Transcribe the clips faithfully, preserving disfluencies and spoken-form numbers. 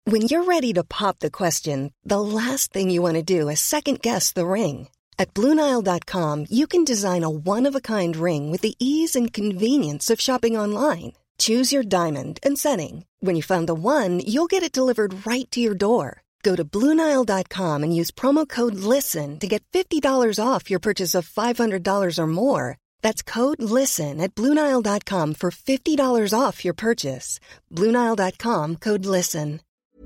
When you're ready to pop the question, the last thing you want to do is second-guess the ring. At Blue Nile dot com, you can design a one-of-a-kind ring with the ease and convenience of shopping online. Choose your diamond and setting. When you find the one, you'll get it delivered right to your door. Go to Blue Nile dot com and use promo code LISTEN to get fifty dollars off your purchase of five hundred dollars or more. That's code LISTEN at Blue Nile dot com for fifty dollars off your purchase. Blue Nile dot com, code LISTEN.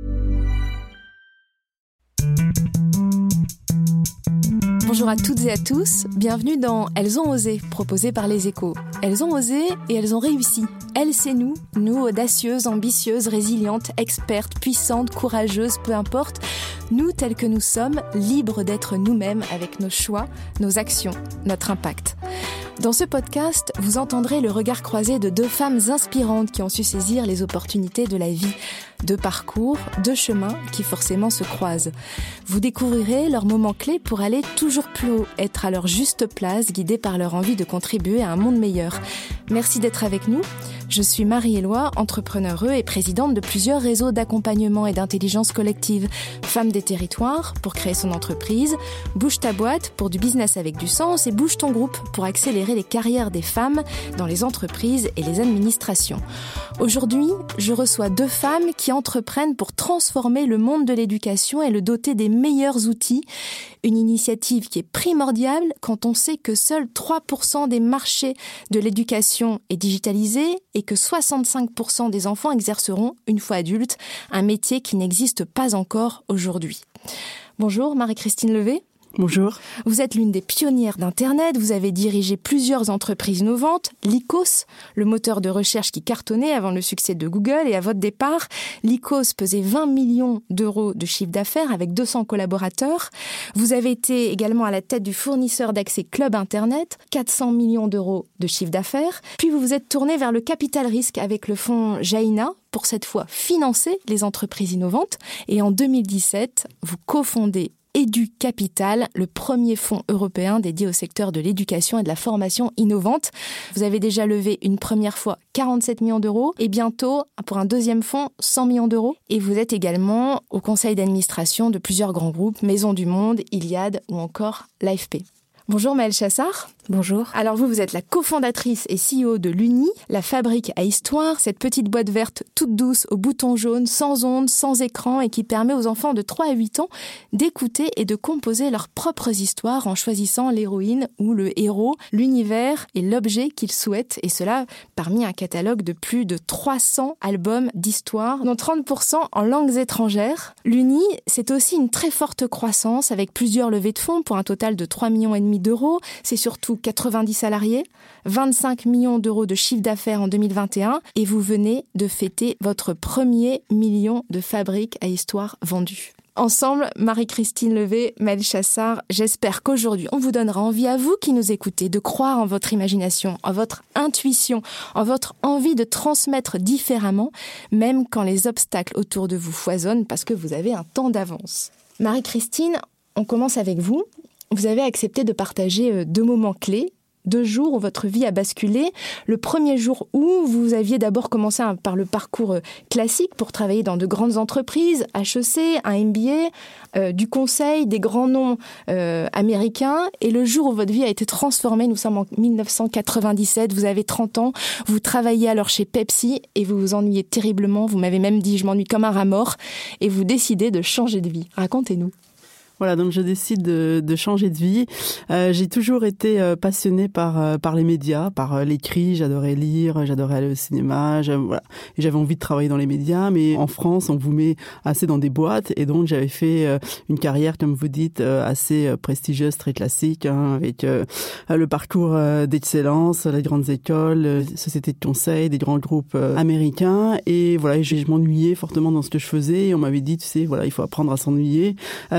Bonjour à toutes et à tous, bienvenue dans Elles ont osé, proposé par Les Échos. Elles ont osé et elles ont réussi. Elles, c'est nous, nous audacieuses, ambitieuses, résilientes, expertes, puissantes, courageuses, peu importe. Nous, tels que nous sommes, libres d'être nous-mêmes avec nos choix, nos actions, notre impact. Dans ce podcast, vous entendrez le regard croisé de deux femmes inspirantes qui ont su saisir les opportunités de la vie. Deux parcours, deux chemins qui forcément se croisent. Vous découvrirez leurs moments clés pour aller toujours plus haut, être à leur juste place, guidés par leur envie de contribuer à un monde meilleur. Merci d'être avec nous. Je suis Marie-Éloi, entrepreneure et présidente de plusieurs réseaux d'accompagnement et d'intelligence collective. Femme des territoires pour créer son entreprise, Bouge ta boîte pour du business avec du sens et Bouge ton groupe pour accélérer les carrières des femmes dans les entreprises et les administrations. Aujourd'hui, je reçois deux femmes qui entreprennent pour transformer le monde de l'éducation et le doter des meilleurs outils. Une initiative qui est primordiale quand on sait que seuls trois pour cent des marchés de l'éducation est digitalisé et que soixante-cinq pour cent des enfants exerceront, une fois adultes, un métier qui n'existe pas encore aujourd'hui. Bonjour Marie-Christine Levé. Bonjour. Vous êtes l'une des pionnières d'Internet, vous avez dirigé plusieurs entreprises innovantes, Lycos, le moteur de recherche qui cartonnait avant le succès de Google, et à votre départ, Lycos pesait vingt millions d'euros de chiffre d'affaires avec deux cents collaborateurs. Vous avez été également à la tête du fournisseur d'accès Club Internet, quatre cents millions d'euros de chiffre d'affaires. Puis vous vous êtes tourné vers le capital risque avec le fonds Jaina, pour cette fois financer les entreprises innovantes. Et en deux mille dix-sept, vous cofondez EduCapital, le premier fonds européen dédié au secteur de l'éducation et de la formation innovante. Vous avez déjà levé une première fois quarante-sept millions d'euros et bientôt, pour un deuxième fonds, cent millions d'euros. Et vous êtes également au conseil d'administration de plusieurs grands groupes, Maison du Monde, Iliad ou encore l'A F P. Bonjour Maëlle Chassard. Bonjour. Alors vous, vous êtes la cofondatrice et C E O de l'Uni, la fabrique à histoire, cette petite boîte verte toute douce, au bouton jaune, sans ondes, sans écran et qui permet aux enfants de trois à huit ans d'écouter et de composer leurs propres histoires en choisissant l'héroïne ou le héros, l'univers et l'objet qu'ils souhaitent. Et cela parmi un catalogue de plus de trois cents albums d'histoire, dont trente pour cent en langues étrangères. L'Uni, c'est aussi une très forte croissance avec plusieurs levées de fonds pour un total de trois virgule cinq millions d'euros. C'est surtout quatre-vingt-dix salariés, vingt-cinq millions d'euros de chiffre d'affaires en deux mille vingt et un et vous venez de fêter votre premier million de fabriques à histoire vendues. Ensemble, Marie-Christine Levé, Maëlle Chassard, j'espère qu'aujourd'hui, on vous donnera envie à vous qui nous écoutez de croire en votre imagination, en votre intuition, en votre envie de transmettre différemment, même quand les obstacles autour de vous foisonnent parce que vous avez un temps d'avance. Marie-Christine, on commence avec vous. Vous avez accepté de partager deux moments clés, deux jours où votre vie a basculé. Le premier jour où vous aviez d'abord commencé par le parcours classique pour travailler dans de grandes entreprises, H E C, un M B A, euh, du conseil, des grands noms euh, américains. Et le jour où votre vie a été transformée, nous sommes en dix-neuf cent quatre-vingt-dix-sept, vous avez trente ans, vous travaillez alors chez Pepsi et vous vous ennuyez terriblement. Vous m'avez même dit « je m'ennuie comme un rat mort » et vous décidez de changer de vie. Racontez-nous. Voilà, donc je décide de, de changer de vie. Euh, j'ai toujours été euh, passionnée par euh, par les médias, par euh, l'écrit. J'adorais lire, j'adorais aller au cinéma. Voilà, et j'avais envie de travailler dans les médias. Mais en France, on vous met assez dans des boîtes, et donc j'avais fait euh, une carrière, comme vous dites, euh, assez euh, prestigieuse, très classique, hein, avec euh, le parcours euh, d'excellence, les grandes écoles, euh, sociétés de conseil, des grands groupes euh, américains. Et voilà, je, je m'ennuyais fortement dans ce que je faisais. Et on m'avait dit, tu sais, voilà, il faut apprendre à s'ennuyer. Euh, c'est, c'est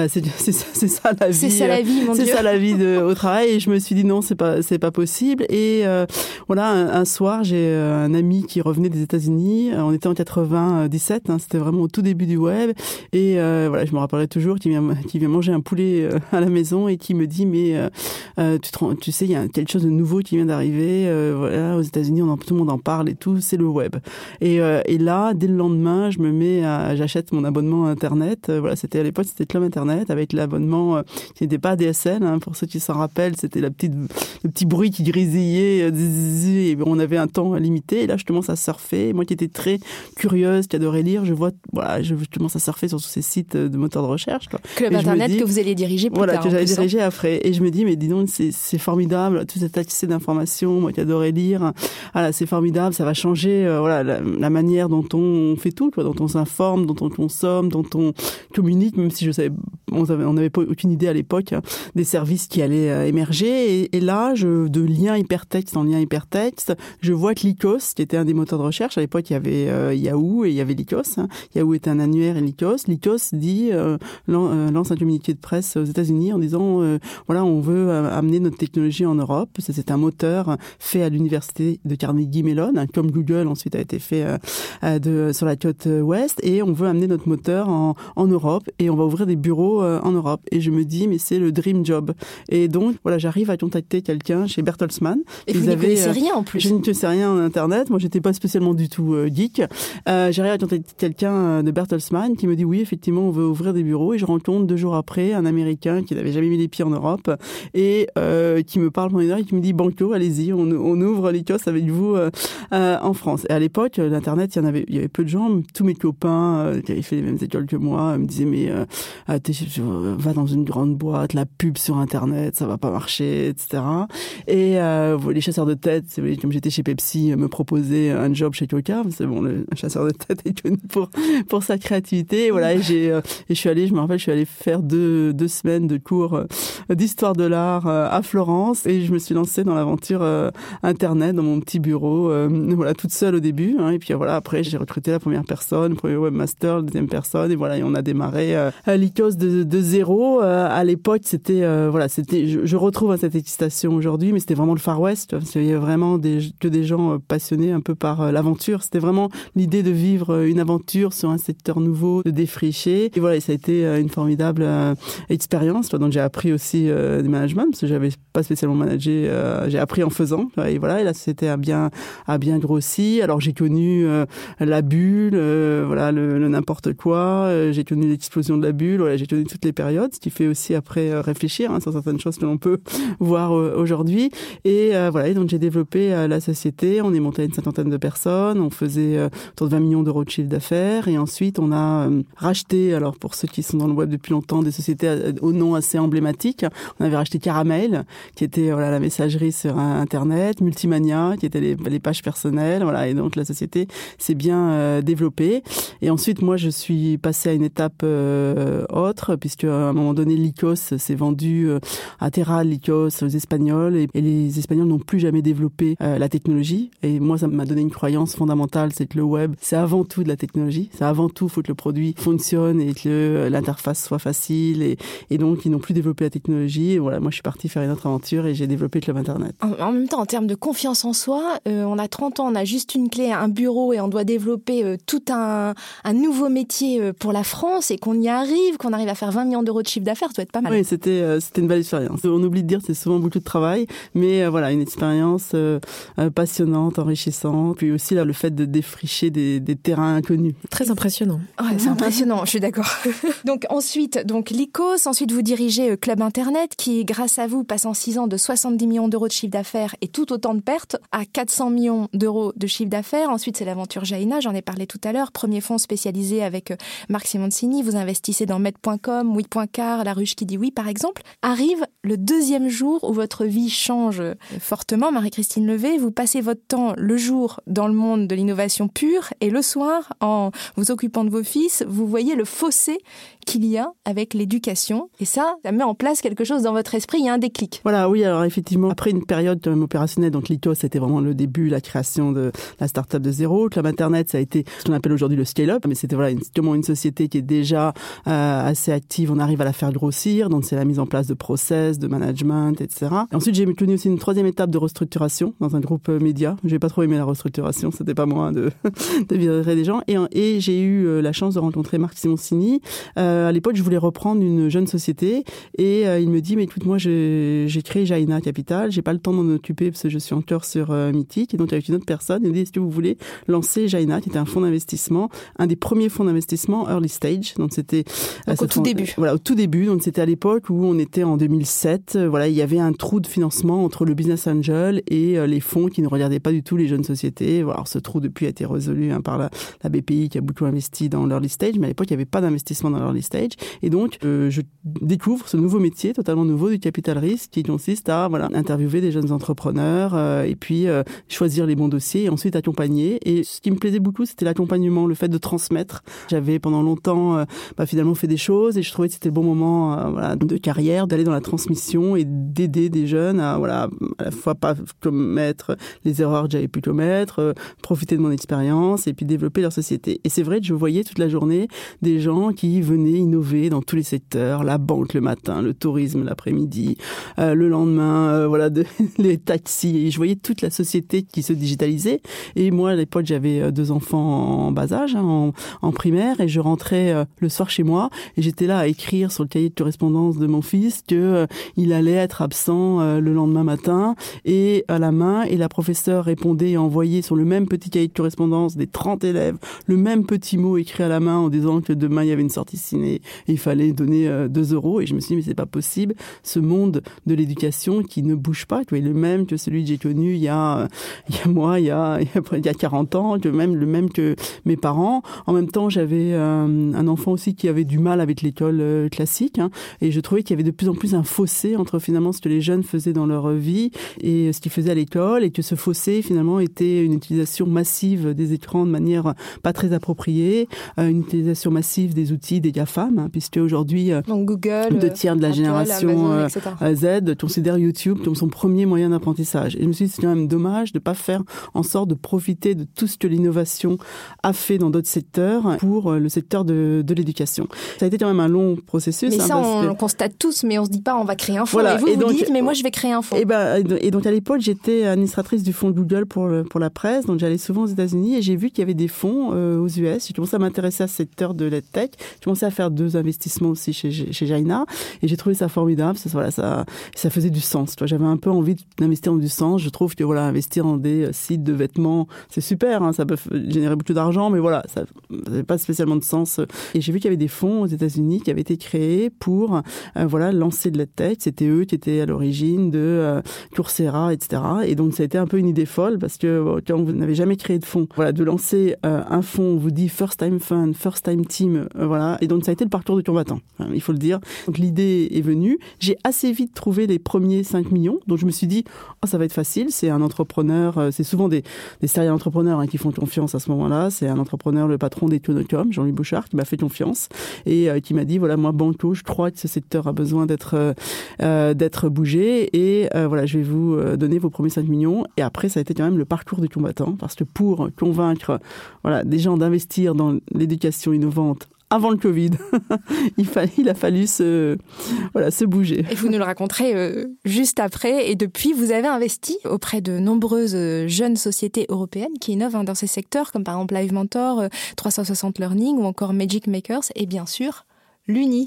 c'est ça, c'est ça la vie. C'est ça la vie, mon c'est Dieu. C'est ça la vie de, au travail. Et je me suis dit non, c'est pas, c'est pas possible. Et euh, voilà, un, un soir, j'ai un ami qui revenait des États-Unis. On était en quatre-vingt-dix-sept. Hein, c'était vraiment au tout début du web. Et euh, voilà, je me rappellerai toujours qu'il vient, qu'il vient manger un poulet euh, à la maison et qui me dit mais euh, euh, tu, te, tu sais, il y a quelque chose de nouveau qui vient d'arriver. Euh, voilà, aux États-Unis, on en, tout le monde en parle et tout. C'est le web. Et, euh, et là, dès le lendemain, je me mets à, j'achète mon abonnement Internet. Euh, voilà, c'était à l'époque, c'était Club Internet avec l'abonnement euh, qui n'était pas A D S L. Hein, pour ceux qui s'en rappellent, c'était la petite, le petit bruit qui grésillait. Euh, et on avait un temps limité. Et là, je commence à surfer. Moi qui étais très curieuse, qui adorais lire, je vois, voilà, je, je commence à surfer sur tous ces sites de moteurs de recherche. Quoi. Club et Internet dis, que vous allez diriger plus voilà, tard. Voilà, que j'allais diriger hein. après. Et je me dis, mais dis donc, c'est, c'est formidable, tout cet accès d'informations, moi qui adorais lire. Voilà, c'est formidable, ça va changer euh, voilà, la, la manière dont on fait tout, quoi, dont on s'informe, dont on consomme, dont on communique, même si je savais, on n'avait pas aucune idée à l'époque hein, des services qui allaient euh, émerger. Et, et là, je, de lien hypertexte en lien hypertexte, je vois que Lycos, qui était un des moteurs de recherche, à l'époque, il y avait euh, Yahoo et il y avait Lycos. Hein. Yahoo était un annuaire et Lycos. Lycos dit, euh, lance un communiqué de presse aux États-Unis en disant, euh, voilà, on veut euh, amener notre technologie en Europe. C'est un moteur fait à l'université de Carnegie Mellon, hein, comme Google ensuite a été fait euh, de, sur la côte ouest, et on veut amener notre moteur en, en Europe et on va ouvrir des bureaux euh, en Europe. Et je me dis, mais c'est le dream job. Et donc, voilà, j'arrive à contacter quelqu'un chez Bertelsmann. Et vous n'y connaissez euh, rien en plus. Je ne connaissais rien en Internet. Moi, j'étais pas spécialement du tout euh, geek. Euh, j'arrive à contacter quelqu'un de Bertelsmann qui me dit, oui, effectivement, on veut ouvrir des bureaux. Et je rencontre deux jours après un Américain qui n'avait jamais mis les pieds en Europe et euh, qui me parle pendant une heure et qui me dit, banco, allez-y, on, on ouvre Lycos avec vous euh, euh, en France. Et à l'époque, l'Internet, il y en avait, il y avait peu de gens. Tous mes copains euh, qui avaient fait les mêmes écoles que moi me disaient, mais euh, va dans une grande boîte, la pub sur Internet, ça va pas marcher, et cetera. Et euh, les chasseurs de tête, comme j'étais chez Pepsi, me proposaient un job chez Coca. C'est bon, le chasseur de tête est connu pour pour sa créativité. Et voilà, et j'ai euh, et je suis allée, je me rappelle, je suis allée faire deux deux semaines de cours euh, d'histoire de l'art euh, à Florence et je me suis lancée dans l'aventure euh, Internet dans mon petit bureau, euh, voilà, toute seule au début. Hein, et puis voilà, après j'ai recruté la première personne, le premier webmaster, la deuxième personne, et voilà, et on a démarré euh, Lycos de, de zéro. Euh, à l'époque, c'était euh, voilà, c'était, je, je retrouve cette excitation aujourd'hui, mais c'était vraiment le Far West. Il y avait vraiment des, que des gens passionnés un peu par euh, l'aventure. C'était vraiment l'idée de vivre une aventure sur un secteur nouveau, de défricher. Et voilà, et ça a été une formidable euh, expérience. Donc j'ai appris aussi euh, du management parce que j'avais pas spécialement managé. Euh, j'ai appris en faisant. Et voilà, et la société a bien a bien grossi. Alors j'ai connu euh, la bulle, euh, voilà, le, le n'importe quoi. Euh, j'ai connu l'explosion de la bulle. Voilà, j'ai connu toutes les périodes, ce qui fait aussi après euh, réfléchir hein, sur certaines choses que l'on peut voir euh, aujourd'hui. Et euh, voilà, et donc j'ai développé euh, la société. On est monté à une cinquantaine de personnes. On faisait euh, autour de vingt millions d'euros de chiffre d'affaires. Et ensuite, on a euh, racheté, alors pour ceux qui sont dans le web depuis longtemps, des sociétés euh, au nom assez emblématique. On avait racheté Caramel, qui était voilà la messagerie sur Internet, Multimania, qui était les, les pages personnelles. Voilà, et donc la société s'est bien euh, développée. Et ensuite, moi, je suis passée à une étape euh, autre, puisque à un moment donné, Lycos s'est vendu euh, à Terra, Lycos aux Espagnols, et, et les Espagnols n'ont plus jamais développé euh, la technologie. Et moi, ça m'a donné une croyance fondamentale, c'est que le web, c'est avant tout de la technologie. C'est avant tout, il faut que le produit fonctionne et que l'interface soit facile. Et, et donc, ils n'ont plus développé la technologie. Et voilà, moi, je suis partie faire une autre aventure et j'ai développé Club Internet. En, en même temps, en termes de confiance en soi, euh, on a trente ans, on a juste une clé, un bureau et on doit développer euh, tout un, un nouveau métier euh, pour la France et qu'on y arrive, qu'on arrive à faire vingt millions d'euros de chiffre d'affaires, ça doit être pas mal. Oui, c'était, euh, c'était une belle expérience. On oublie de dire, c'est souvent beaucoup de travail, mais euh, voilà, une expérience euh, euh, passionnante, enrichissante. Puis aussi, là, le fait de défricher des, des terrains inconnus. Très impressionnant. Ouais, c'est impressionnant, je suis d'accord. Donc ensuite, donc Lycos, ensuite vous dirigez Club Internet qui, grâce à vous, passe en six ans de soixante-dix millions d'euros de chiffre d'affaires et tout autant de pertes à quatre cents millions d'euros de chiffre d'affaires. Ensuite, c'est l'aventure Jaina, j'en ai parlé tout à l'heure, premier fonds spécialisé avec Marc Simoncini. Vous investissez dans Med point com, Oui point car, La Ruche qui dit oui, par exemple. Arrive le deuxième jour où votre vie change fortement, Marie-Christine Levé. Vous passez votre temps le jour dans le monde de l'innovation pure et le soir, en vous occupant de vos fils, vous voyez le fossé qu'il y a avec l'éducation. Et ça, ça met en place quelque chose dans votre esprit, il y a un déclic. Voilà, oui, alors effectivement, après une période quand même opérationnelle, donc Lycos, c'était vraiment le début, la création de la start-up de zéro. Club Internet, ça a été ce qu'on appelle aujourd'hui le scale-up, mais c'était voilà, une, comment une société qui est déjà euh, assez réactive, on arrive à la faire grossir. Donc, c'est la mise en place de process, de management, et cetera. Et ensuite, j'ai connu aussi une troisième étape de restructuration dans un groupe média. J'ai pas trop aimé la restructuration. C'était pas moi de, de virer des gens. Et, et j'ai eu la chance de rencontrer Marc Simoncini. Euh, à l'époque, je voulais reprendre une jeune société et euh, il me dit, mais écoute, moi, j'ai, j'ai créé Jaina Capital. J'ai pas le temps d'en occuper parce que je suis encore sur euh, Mythique. Et donc, avec une autre personne, il me dit, est-ce que vous voulez lancer Jaina, qui était un fonds d'investissement, un des premiers fonds d'investissement early stage. Donc, c'était donc, au tout fond, début. Voilà, au tout début. Donc, c'était à l'époque où on était en deux mille sept. Euh, voilà, il y avait un trou de financement entre le business angel et euh, les fonds qui ne regardaient pas du tout les jeunes sociétés. Voilà, alors, ce trou depuis a été résolu hein, par la, la B P I qui a beaucoup investi dans l'early stage, mais à l'époque, il n'y avait pas d'investissement dans l'early stage. Et donc, euh, je découvre ce nouveau métier totalement nouveau du capital risque qui consiste à voilà, interviewer des jeunes entrepreneurs euh, et puis euh, choisir les bons dossiers et ensuite accompagner. Et ce qui me plaisait beaucoup, c'était l'accompagnement, le fait de transmettre. J'avais pendant longtemps euh, bah, finalement fait des choses et je trouvais que c'était le bon moment euh, voilà, de carrière, d'aller dans la transmission et d'aider des jeunes à, voilà, à la fois pas commettre les erreurs que j'avais pu commettre, euh, profiter de mon expérience et puis développer leur société. Et c'est vrai que je voyais toute la journée des gens qui venaient innover dans tous les secteurs, la banque le matin, le tourisme l'après-midi, euh, le lendemain, euh, voilà, de, les taxis. Et je voyais toute la société qui se digitalisait. Et moi, à l'époque, j'avais deux enfants en bas âge, hein, en, en primaire, et je rentrais euh, le soir chez moi et j'étais là à écrire sur le cahier de correspondance de mon fils que euh, il allait être absent euh, le lendemain matin et à la main. Et la professeure répondait et envoyait sur le même petit cahier de correspondance des trente élèves le même petit mot écrit à la main en disant que demain il y avait une sortie ciné et il fallait donner euh, deux euros. Et je me suis dit mais c'est pas possible, ce monde de l'éducation qui ne bouge pas, qui est le même que celui que j'ai connu il y a euh, il y a moi il y a il y a quarante ans, que même le même que mes parents. En même temps, j'avais euh, un enfant aussi qui avait du mal avec l'école euh, classique, hein, et je trouvais qu'il y avait de plus en plus un fossé entre finalement ce que les jeunes faisaient dans leur vie et ce qu'ils faisaient à l'école, et que ce fossé finalement était une utilisation massive des écrans de manière pas très appropriée, euh, une utilisation massive des outils des GAFAM, hein, puisque aujourd'hui euh, donc Google, deux tiers de la Apple, génération Amazon, euh, Z considère YouTube comme son premier moyen d'apprentissage. Et je me suis dit c'est quand même dommage de pas faire en sorte de profiter de tout ce que l'innovation a fait dans d'autres secteurs pour le secteur de, de l'éducation. Ça a été quand même un long processus. Mais hein, ça, on que... le constate tous, mais on se dit pas on va créer un fonds. Voilà. Et vous, et vous donc, dites mais moi je vais créer un fonds. Et, ben, et donc à l'époque, j'étais administratrice du fonds Google pour, le, pour la presse, donc j'allais souvent aux États-Unis et j'ai vu qu'il y avait des fonds euh, aux U S. J'ai commencé à m'intéresser à ce secteur de l'EdTech. J'ai commencé à faire deux investissements aussi chez, chez Jaina et j'ai trouvé ça formidable. Ça, voilà, ça, ça faisait du sens. Toi. J'avais un peu envie d'investir dans du sens. Je trouve que voilà, investir dans des sites de vêtements, c'est super, hein, ça peut générer beaucoup d'argent, mais voilà, ça n'avait pas spécialement de sens. Et j'ai vu qu'il y avait des fonds aux États-Unis qui avaient été créés pour euh, voilà, lancer de l'EdTech. C'était eux qui étaient à l'origine de euh, Coursera, et cetera. Et donc, ça a été un peu une idée folle parce que quand vous n'avez jamais créé de fonds, voilà, de lancer euh, un fonds, on vous dit first time fund, first time team, euh, voilà. Et donc, ça a été le parcours du combattant, hein, il faut le dire. Donc, l'idée est venue. J'ai assez vite trouvé les premiers cinq millions. Donc, je me suis dit, oh, ça va être facile. C'est un entrepreneur, euh, c'est souvent des, des serial entrepreneurs hein, qui font confiance à ce moment-là. C'est un entrepreneur, le patron d'Econocom, Jean-Louis Bouchard, qui m'a fait confiance et euh, qui m'a dit, voilà, moi, banco, je crois que ce secteur a besoin d'être euh, d'être bougé et euh, voilà, je vais vous donner vos premiers cinq millions. Et après, ça a été quand même le parcours du combattant parce que pour convaincre voilà, des gens d'investir dans l'éducation innovante avant le Covid, il, fa- il a fallu se, voilà, se bouger. Et vous nous le raconterez euh, juste après. Et depuis, vous avez investi auprès de nombreuses euh, jeunes sociétés européennes qui innovent hein, dans ces secteurs, comme par exemple Live Mentor, euh, trois cent soixante Learning ou encore Magic Makers. Et bien sûr, l'Uni.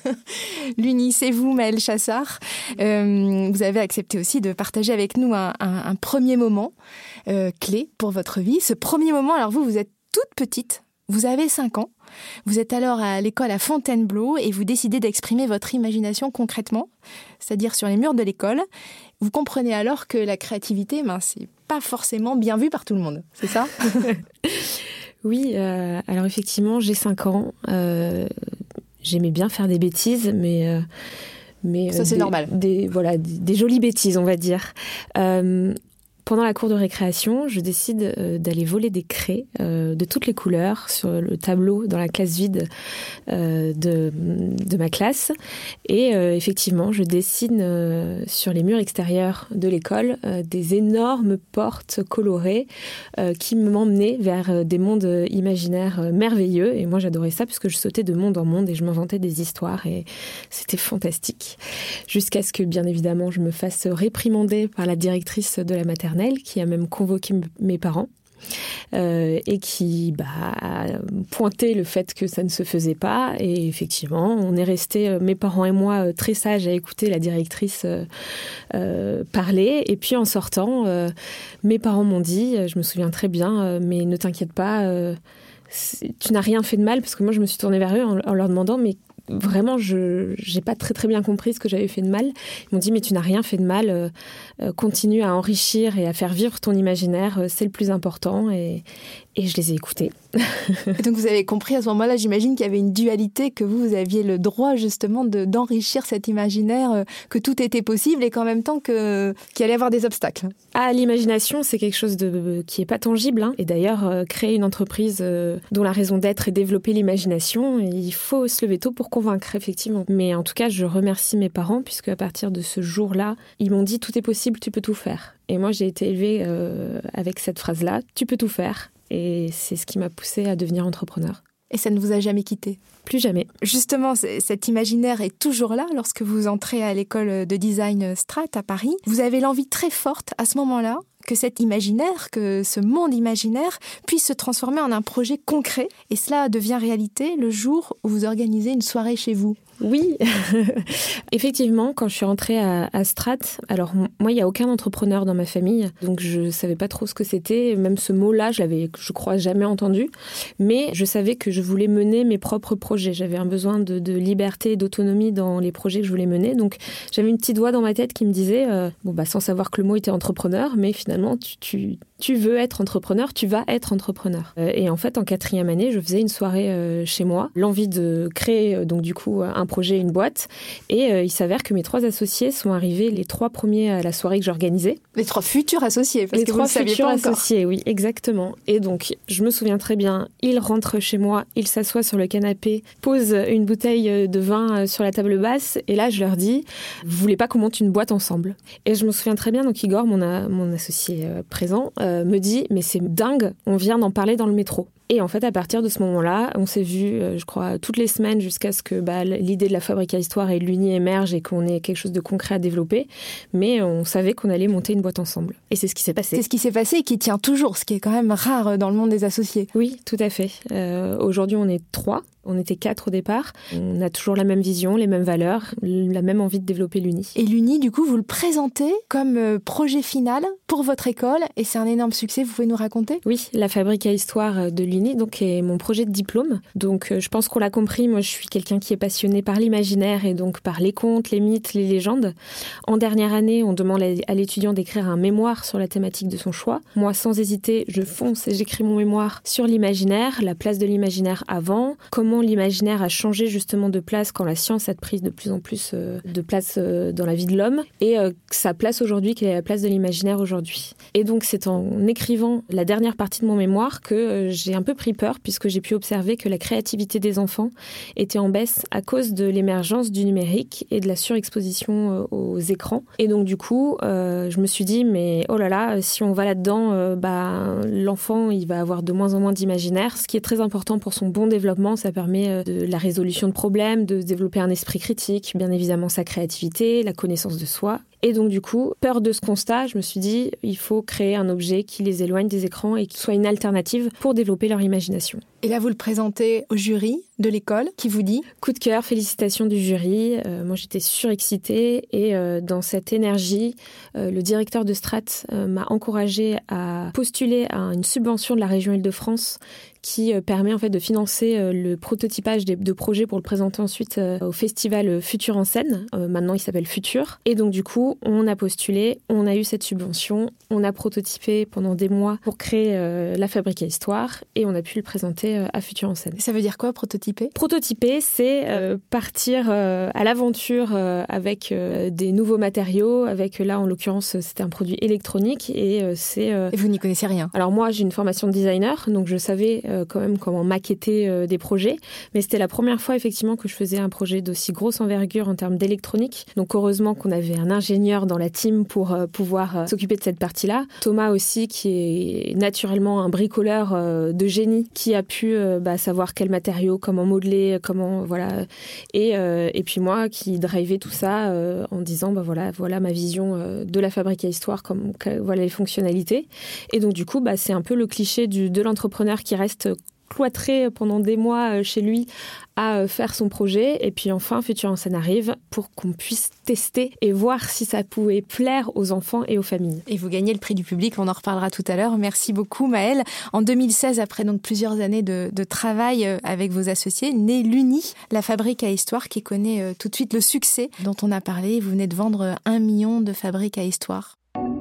L'Uni, c'est vous, Maëlle Chassard. Euh, vous avez accepté aussi de partager avec nous un, un, un premier moment euh, clé pour votre vie. Ce premier moment, alors vous, vous êtes toute petite. Vous avez cinq ans, vous êtes alors à l'école à Fontainebleau et vous décidez d'exprimer votre imagination concrètement, c'est-à-dire sur les murs de l'école. Vous comprenez alors que la créativité, ben, c'est pas forcément bien vu par tout le monde, c'est ça ? Oui, euh, alors effectivement, j'ai cinq ans. Euh, j'aimais bien faire des bêtises, mais... Euh, mais ça, c'est des, normal. Des, voilà, des, des jolies bêtises, on va dire. Euh, pendant la cour de récréation, je décide euh, d'aller voler des craies euh, de toutes les couleurs sur le tableau dans la classe vide euh, de, de ma classe. Et euh, effectivement, je dessine euh, sur les murs extérieurs de l'école euh, des énormes portes colorées euh, qui m'emmenaient vers euh, des mondes imaginaires euh, merveilleux. Et moi, j'adorais ça puisque je sautais de monde en monde et je m'inventais des histoires et c'était fantastique. Jusqu'à ce que, bien évidemment, je me fasse réprimander par la directrice de la maternelle qui a même convoqué m- mes parents. Euh, et qui bah, a pointé le fait que ça ne se faisait pas. Et effectivement, on est restés, mes parents et moi, très sages à écouter la directrice euh, euh, parler. Et puis en sortant, euh, mes parents m'ont dit, je me souviens très bien, euh, mais ne t'inquiète pas, euh, tu n'as rien fait de mal, parce que moi je me suis tournée vers eux en, en leur demandant, mais vraiment, je n'ai pas très très bien compris ce que j'avais fait de mal. Ils m'ont dit, mais tu n'as rien fait de mal, euh, euh, continue à enrichir et à faire vivre ton imaginaire, euh, c'est le plus important. Et, et je les ai écoutés. Et donc vous avez compris à ce moment-là, j'imagine qu'il y avait une dualité, que vous, vous aviez le droit justement de, d'enrichir cet imaginaire, euh, que tout était possible et qu'en même temps que, qu'il allait y avoir des obstacles. Ah, l'imagination, c'est quelque chose de, qui n'est pas tangible. Hein. Et d'ailleurs, euh, créer une entreprise euh, dont la raison d'être est développer l'imagination, il faut se lever tôt pour convaincre, effectivement. Mais en tout cas, je remercie mes parents, puisque à partir de ce jour-là, ils m'ont dit « tout est possible, tu peux tout faire ». Et moi, j'ai été élevée euh, avec cette phrase-là « tu peux tout faire ». Et c'est ce qui m'a poussée à devenir entrepreneur. Et ça ne vous a jamais quitté? Plus jamais. Justement, cet imaginaire est toujours là lorsque vous entrez à l'école de design Strat à Paris. Vous avez l'envie très forte à ce moment-là que cet imaginaire, que ce monde imaginaire puisse se transformer en un projet concret. Et cela devient réalité le jour où vous organisez une soirée chez vous. Oui, effectivement, quand je suis rentrée à, à Strat, alors moi, il n'y a aucun entrepreneur dans ma famille, donc je ne savais pas trop ce que c'était. Même ce mot-là, je l'avais, je crois, jamais entendu. Mais je savais que je voulais mener mes propres projets. J'avais un besoin de, de liberté et d'autonomie dans les projets que je voulais mener. Donc, j'avais une petite voix dans ma tête qui me disait, euh, bon, bah, sans savoir que le mot était entrepreneur, mais finalement, tu, tu, tu veux être entrepreneur, tu vas être entrepreneur. Euh, et en fait, en quatrième année, je faisais une soirée euh, chez moi. L'envie de créer, euh, donc du coup, un projet, une boîte. Et euh, il s'avère que mes trois associés sont arrivés les trois premiers à la soirée que j'organisais. Les trois futurs associés, parce les que trois vous ne saviez futurs pas encore. associés, oui, exactement. Et donc, je me souviens très bien, ils rentrent chez moi, ils s'assoient sur le canapé, posent une bouteille de vin sur la table basse, et là, je leur dis, vous voulez pas qu'on monte une boîte ensemble? Et je me souviens très bien, donc Igor, mon, a, mon associé euh, présent, euh, me dit, mais c'est dingue, on vient d'en parler dans le métro. Et en fait, à partir de ce moment-là, on s'est vu, je crois, toutes les semaines jusqu'à ce que bah, l'idée de la Fabrique à Histoire et l'Uni émerge et qu'on ait quelque chose de concret à développer. Mais on savait qu'on allait monter une boîte ensemble. Et c'est ce qui s'est passé. C'est ce qui s'est passé et qui tient toujours, ce qui est quand même rare dans le monde des associés. Oui, tout à fait. Euh, aujourd'hui, on est trois. On était quatre au départ. On a toujours la même vision, les mêmes valeurs, la même envie de développer l'Uni. Et l'Uni, du coup, vous le présentez comme projet final pour votre école et c'est un énorme succès. Vous pouvez nous raconter? Oui, la Fabrique à Histoire de l'Uni donc, est mon projet de diplôme. Donc, je pense qu'on l'a compris. Moi, je suis quelqu'un qui est passionné par l'imaginaire et donc par les contes, les mythes, les légendes. En dernière année, on demande à l'étudiant d'écrire un mémoire sur la thématique de son choix. Moi, sans hésiter, je fonce et j'écris mon mémoire sur l'imaginaire, la place de l'imaginaire avant, comment l'imaginaire a changé justement de place quand la science a pris de plus en plus de place dans la vie de l'homme et sa place aujourd'hui, quelle est la place de l'imaginaire aujourd'hui. Et donc c'est en écrivant la dernière partie de mon mémoire que j'ai un peu pris peur puisque j'ai pu observer que la créativité des enfants était en baisse à cause de l'émergence du numérique et de la surexposition aux écrans. Et donc du coup, euh, je me suis dit mais oh là là, si on va là-dedans, euh, bah, l'enfant il va avoir de moins en moins d'imaginaire. Ce qui est très important pour son bon développement, ça permet de la résolution de problèmes, de développer un esprit critique, bien évidemment sa créativité, la connaissance de soi. Et donc du coup, peur de ce constat, je me suis dit il faut créer un objet qui les éloigne des écrans et qui soit une alternative pour développer leur imagination. Et là, vous le présentez au jury de l'école qui vous dit ? Coup de cœur, félicitations du jury. Euh, moi, j'étais surexcitée et euh, dans cette énergie, euh, le directeur de Strat euh, m'a encouragée à postuler à une subvention de la région Île-de-France qui permet en fait de financer le prototypage de, de projets pour le présenter ensuite au festival Futur en scène. Euh, maintenant, il s'appelle Futur. Et donc, du coup, on a postulé, on a eu cette subvention, on a prototypé pendant des mois pour créer euh, la fabrique à histoire et on a pu le présenter euh, à Futur en scène. Ça veut dire quoi, prototyper ? Prototyper, c'est euh, partir euh, à l'aventure euh, avec euh, des nouveaux matériaux, avec là, en l'occurrence, c'était un produit électronique et euh, c'est... Euh... Et vous n'y connaissez rien ? Alors moi, j'ai une formation de designer, donc je savais euh, quand même comment maqueter euh, des projets, mais c'était la première fois, effectivement, que je faisais un projet d'aussi grosse envergure en termes d'électronique. Donc heureusement qu'on avait un ingénieur dans la team pour euh, pouvoir euh, s'occuper de cette partie-là. Thomas aussi, qui est naturellement un bricoleur euh, de génie, qui a pu euh, bah, savoir quels matériaux, comment modeler, comment voilà. Et euh, et puis moi, qui drivais tout ça euh, en disant bah voilà voilà ma vision euh, de la fabrique à histoire, comme voilà les fonctionnalités. Et donc du coup bah c'est un peu le cliché du de l'entrepreneur qui reste cloîtré pendant des mois chez lui à faire son projet. Et puis enfin, Futur en scène arrive pour qu'on puisse tester et voir si ça pouvait plaire aux enfants et aux familles. Et vous gagnez le prix du public, on en reparlera tout à l'heure. Merci beaucoup Maëlle. En deux mille seize, après donc plusieurs années de, de travail avec vos associés, naît l'Uni, la fabrique à histoire qui connaît tout de suite le succès dont on a parlé. Vous venez de vendre un million de fabriques à histoire.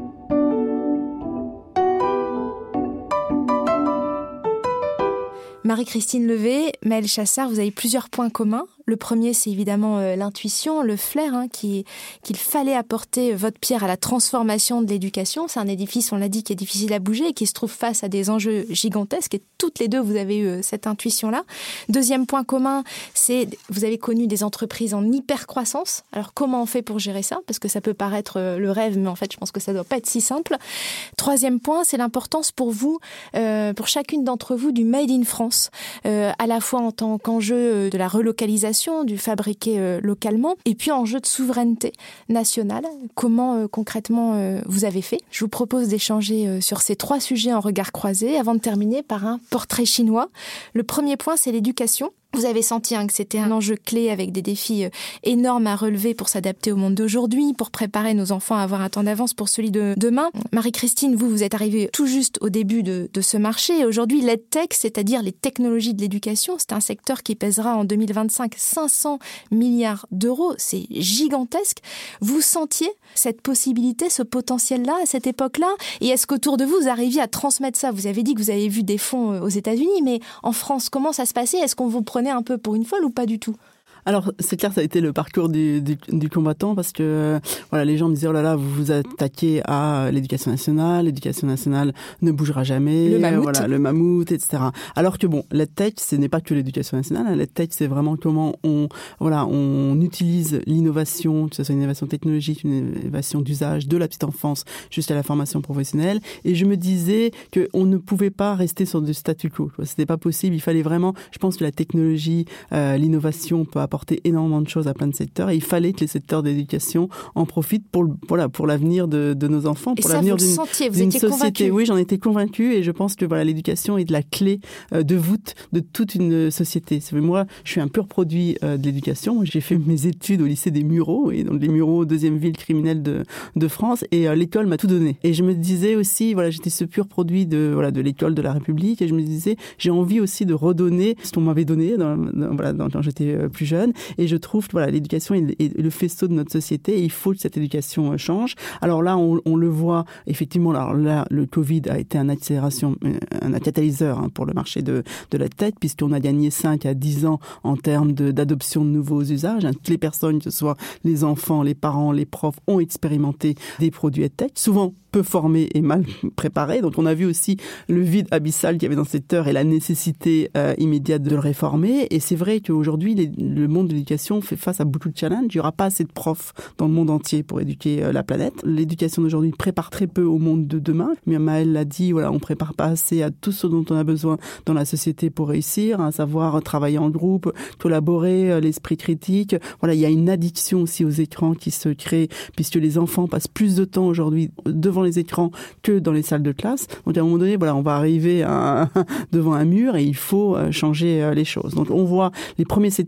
Marie-Christine Levé, Maëlle Chassard, vous avez plusieurs points communs. Le premier, c'est évidemment euh, l'intuition, le flair, hein, qui, qu'il fallait apporter votre pierre à la transformation de l'éducation. C'est un édifice, on l'a dit, qui est difficile à bouger et qui se trouve face à des enjeux gigantesques. Et toutes les deux, vous avez eu euh, cette intuition-là. Deuxième point commun, c'est vous avez connu des entreprises en hyper-croissance. Alors, comment on fait pour gérer ça ? Parce que ça peut paraître euh, le rêve, mais en fait, je pense que ça ne doit pas être si simple. Troisième point, c'est l'importance pour vous, euh, pour chacune d'entre vous, du Made in France, euh, à la fois en tant qu'enjeu de la relocalisation, du fabriquer euh, localement, et puis enjeu de souveraineté nationale. Comment euh, concrètement euh, vous avez fait ? Je vous propose d'échanger euh, sur ces trois sujets en regard croisé, avant de terminer par un portrait chinois. Le premier point, c'est l'éducation. Vous avez senti hein, que c'était un enjeu clé avec des défis euh, énormes à relever pour s'adapter au monde d'aujourd'hui, pour préparer nos enfants à avoir un temps d'avance pour celui de demain. Marie-Christine, vous, vous êtes arrivée tout juste au début de, de ce marché. Aujourd'hui, l'EdTech, c'est-à-dire les technologies de l'éducation, c'est un secteur qui pèsera en deux mille vingt-cinq cinq cents milliards d'euros. C'est gigantesque. Vous sentiez cette possibilité, ce potentiel-là à cette époque-là ? Et est-ce qu'autour de vous, vous arriviez à transmettre ça ? Vous avez dit que vous avez vu des fonds aux États-Unis, mais en France, comment ça se passait ? Est-ce qu'on vous prenait un peu pour une folle ou pas du tout ? Alors, c'est clair, ça a été le parcours du, du, du combattant parce que voilà, les gens me disaient « Oh là là, vous vous attaquez à l'éducation nationale, l'éducation nationale ne bougera jamais. » Le mammouth. Voilà, le mammouth, et cetera. Alors que bon, l'EdTech, ce n'est pas que l'éducation nationale. L'EdTech, c'est vraiment comment on, voilà, on utilise l'innovation, que ce soit une innovation technologique, une innovation d'usage, de la petite enfance jusqu'à la formation professionnelle. Et je me disais qu'on ne pouvait pas rester sur du statu quo. C'était pas possible. Il fallait vraiment, je pense que la technologie, euh, l'innovation peut apporter énormément de choses à plein de secteurs et il fallait que les secteurs d'éducation en profitent pour, voilà, pour l'avenir de, de nos enfants, pour et ça, l'avenir vous d'une, le sentiez, vous d'une étiez société. Convaincu. Oui, j'en étais convaincue et je pense que voilà, l'éducation est de la clé euh, de voûte de toute une société. C'est, moi, je suis un pur produit euh, de l'éducation. Moi, j'ai fait mes études au lycée des Mureaux, et donc les Mureaux, deuxième ville criminelle de, de France, et euh, l'école m'a tout donné. Et je me disais aussi, voilà, j'étais ce pur produit de, voilà, de l'école de la République et je me disais, j'ai envie aussi de redonner ce qu'on m'avait donné dans, dans, voilà, dans, quand j'étais plus jeune. Et je trouve voilà, l'éducation est le faisceau de notre société et il faut que cette éducation change. Alors là, on, on le voit, effectivement, alors là, le Covid a été un accélération, un catalyseur hein, pour le marché de, de la tech, puisqu'on a gagné cinq à dix ans en termes de, d'adoption de nouveaux usages. Hein. Toutes les personnes, que ce soit les enfants, les parents, les profs, ont expérimenté des produits EdTech, souvent peu formés et mal préparés. Donc on a vu aussi le vide abyssal qu'il y avait dans ce secteur et la nécessité euh, immédiate de le réformer. Et c'est vrai qu'aujourd'hui, les, le monde de l'éducation fait face à beaucoup de challenges. Il n'y aura pas assez de profs dans le monde entier pour éduquer euh, la planète. L'éducation d'aujourd'hui prépare très peu au monde de demain. Mais Maëlle l'a dit, voilà, on ne prépare pas assez à tout ce dont on a besoin dans la société pour réussir, à savoir travailler en groupe, collaborer, euh, l'esprit critique. Voilà, il y a une addiction aussi aux écrans qui se crée puisque les enfants passent plus de temps aujourd'hui devant les écrans que dans les salles de classe. Donc à un moment donné, voilà, on va arriver à, devant un mur et il faut changer les choses. Donc on voit les premiers secteurs qui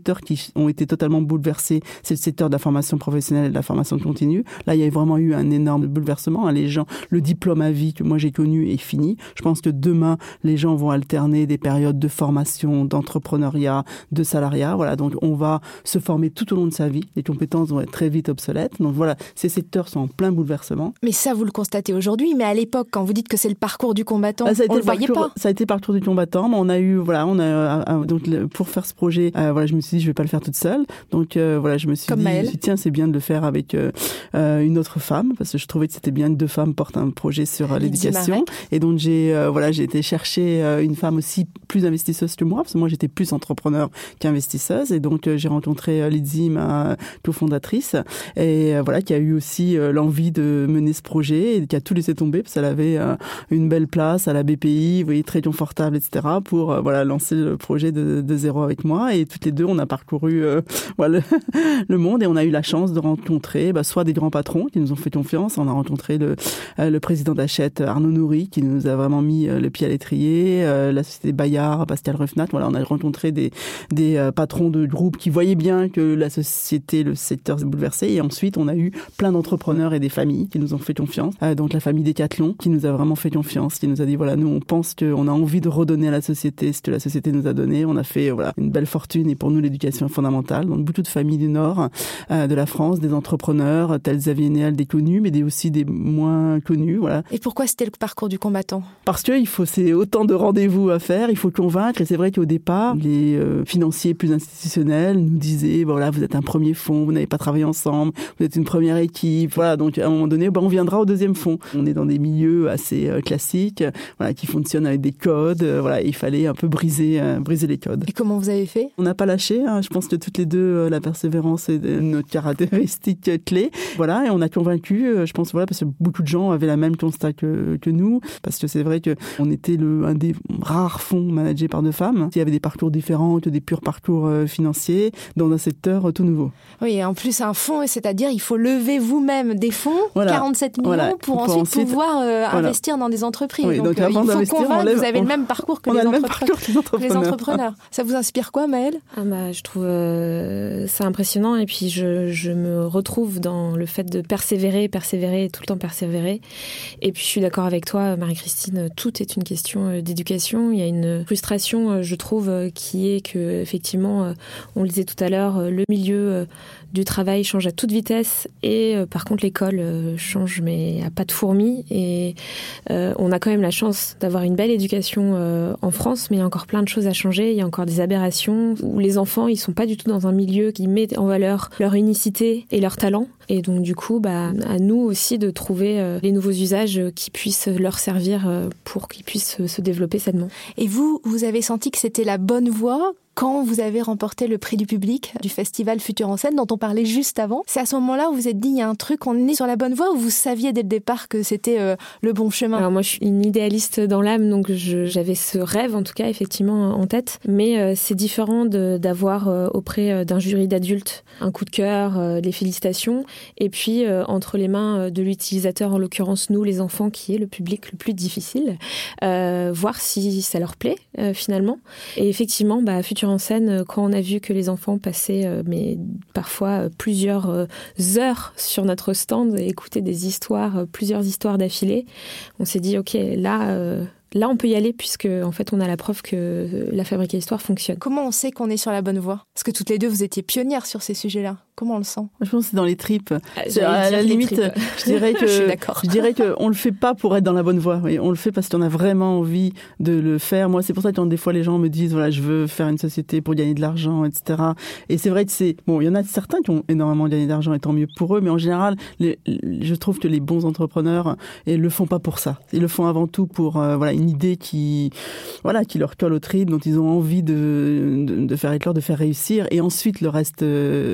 ont été totalement bouleversés, c'est le secteur de la formation professionnelle et de la formation continue. Là, il y a vraiment eu un énorme bouleversement. Les gens, le diplôme à vie que moi j'ai connu est fini. Je pense que demain, les gens vont alterner des périodes de formation, d'entrepreneuriat, de salariat. Voilà, donc on va se former tout au long de sa vie. Les compétences vont être très vite obsolètes. Donc voilà, ces secteurs sont en plein bouleversement. Mais ça, vous le constatez aujourd'hui. Mais à l'époque, quand vous dites que c'est le parcours du combattant, ah, on le voyait pas. Ça a été le parcours du combattant. Mais on a eu, voilà, on a euh, donc pour faire ce projet, euh, voilà, je me suis dit je vais pas le faire toute seule. Donc euh, voilà, je me suis Comme dit, Maëlle. je me suis dit, tiens, c'est bien de le faire avec euh, euh, une autre femme parce que je trouvais que c'était bien que deux femmes portent un projet sur euh, l'éducation. Et donc j'ai euh, voilà, j'ai été chercher euh, une femme aussi plus investisseuse que moi parce que moi j'étais plus entrepreneur qu'investisseuse. Et donc euh, j'ai rencontré euh, Lydie, ma cofondatrice, et euh, voilà, qui a eu aussi euh, l'envie de mener ce projet et qui a tout laissé tomber parce qu'elle avait euh, une belle place à la B P I, vous voyez, très confortable, et cetera, pour euh, voilà, lancer le projet de, de zéro avec moi. Et toutes les deux, on a parcouru euh, voilà, le, le monde et on a eu la chance de rencontrer bah, soit des grands patrons qui nous ont fait confiance. On a rencontré le, euh, le président d'Hachette, Arnaud Nourri, qui nous a vraiment mis euh, le pied à l'étrier, euh, la société Bayard, Pascal Refnat. Voilà, on a rencontré des, des euh, patrons de groupes qui voyaient bien que la société, le secteur s'est bouleversé. Et ensuite, on a eu plein d'entrepreneurs et des familles qui nous ont fait confiance. Euh, donc la famille Decathlon qui nous a vraiment fait confiance, qui nous a dit voilà, nous on pense qu'on a envie de redonner à la société ce que la société nous a donné. On a fait voilà, une belle fortune et pour nous l'éducation est fondamentale. Donc beaucoup de familles du Nord euh, de la France, des entrepreneurs tels Xavier Niel, des connus, mais des, aussi des moins connus. Voilà. Et pourquoi c'était le parcours du combattant ? Parce que il faut, c'est autant de rendez-vous à faire, il faut convaincre. Et c'est vrai qu'au départ, les euh, financiers plus institutionnels nous disaient voilà, vous êtes un premier fonds, vous n'avez pas travaillé ensemble, vous êtes une première équipe. Voilà, donc à un moment donné, ben, on viendra au deuxième fonds. On est dans des milieux assez euh, classiques, voilà, qui fonctionnent avec des codes. Euh, voilà, il fallait un peu briser, euh, briser les codes. Et comment vous avez fait ? On n'a pas lâché. Hein. Je pense que toutes les deux, euh, la persévérance est notre caractéristique clé. Voilà, et on a convaincu. Euh, je pense voilà parce que beaucoup de gens avaient la même constat que que nous, parce que c'est vrai que on était le un des rares fonds managés par deux femmes. Il y avait des parcours différents que des purs parcours euh, financiers dans un secteur euh, tout nouveau. Oui, et en plus un fonds, c'est-à-dire il faut lever vous-même des fonds, voilà. quarante-sept millions, voilà. pour, pour ensuite, ensuite pouvoir euh, voilà. investir dans des entreprises. Oui, donc, donc euh, avant il faut d'investir, convaincre, on lève, vous avez on, le même parcours que on les, a le même entrepreneurs. parcours que les entrepreneurs. les entrepreneurs. Ça vous inspire quoi, Maëlle ? Ah bah, je trouve euh, ça impressionnant et puis je, je me retrouve dans le fait de persévérer, persévérer, tout le temps persévérer. Et puis je suis d'accord avec toi, Marie-Christine, tout est une question d'éducation. Il y a une frustration, je trouve, qui est que effectivement, on le disait tout à l'heure, le milieu du travail change à toute vitesse et euh, par contre l'école euh, change mais à pas de fourmis et euh, on a quand même la chance d'avoir une belle éducation euh, en France, mais il y a encore plein de choses à changer. Il y a encore des aberrations où les enfants ils sont pas du tout dans un milieu qui met en valeur leur unicité et leur talent. Et donc du coup, bah, à nous aussi de trouver euh, les nouveaux usages qui puissent leur servir euh, pour qu'ils puissent se développer sainement. Et vous, vous avez senti que c'était la bonne voie quand vous avez remporté le prix du public du festival Futur en scène dont on parlait juste avant. C'est à ce moment-là où vous vous êtes dit, il y a un truc, on est sur la bonne voie, ou vous saviez dès le départ que c'était euh, le bon chemin ? Alors moi, je suis une idéaliste dans l'âme, donc je, j'avais ce rêve, en tout cas, effectivement, en tête. Mais euh, c'est différent de, d'avoir euh, auprès d'un jury d'adultes un coup de cœur, euh, des félicitations, et puis euh, entre les mains de l'utilisateur, en l'occurrence nous, les enfants, qui est le public le plus difficile, euh, voir si ça leur plaît, euh, finalement. Et effectivement, bah, Futur en scène, quand on a vu que les enfants passaient euh, mais parfois plusieurs euh, heures sur notre stand et écoutaient des histoires, euh, plusieurs histoires d'affilée, on s'est dit ok, là euh, là on peut y aller puisque en fait on a la preuve que la Fabrique à Histoire fonctionne. Comment on sait qu'on est sur la bonne voie ? Parce que toutes les deux vous étiez pionnières sur ces sujets-là. Comment on le sent ? Je pense que c'est dans les tripes. Euh, à la limite, je dirais que je suis d'accord. je dirais que on le fait pas pour être dans la bonne voie. Oui, on le fait parce qu'on a vraiment envie de le faire. Moi, c'est pour ça que quand des fois les gens me disent voilà, je veux faire une société pour gagner de l'argent, et cetera. Et c'est vrai que c'est bon. Il y en a certains qui ont énormément gagné d'argent et tant mieux pour eux. Mais en général, les, je trouve que les bons entrepreneurs et le font pas pour ça. Ils le font avant tout pour euh, voilà une idée qui voilà qui leur colle au tripes, dont ils ont envie de, de de faire éclore, de faire réussir. Et ensuite le reste euh, le reste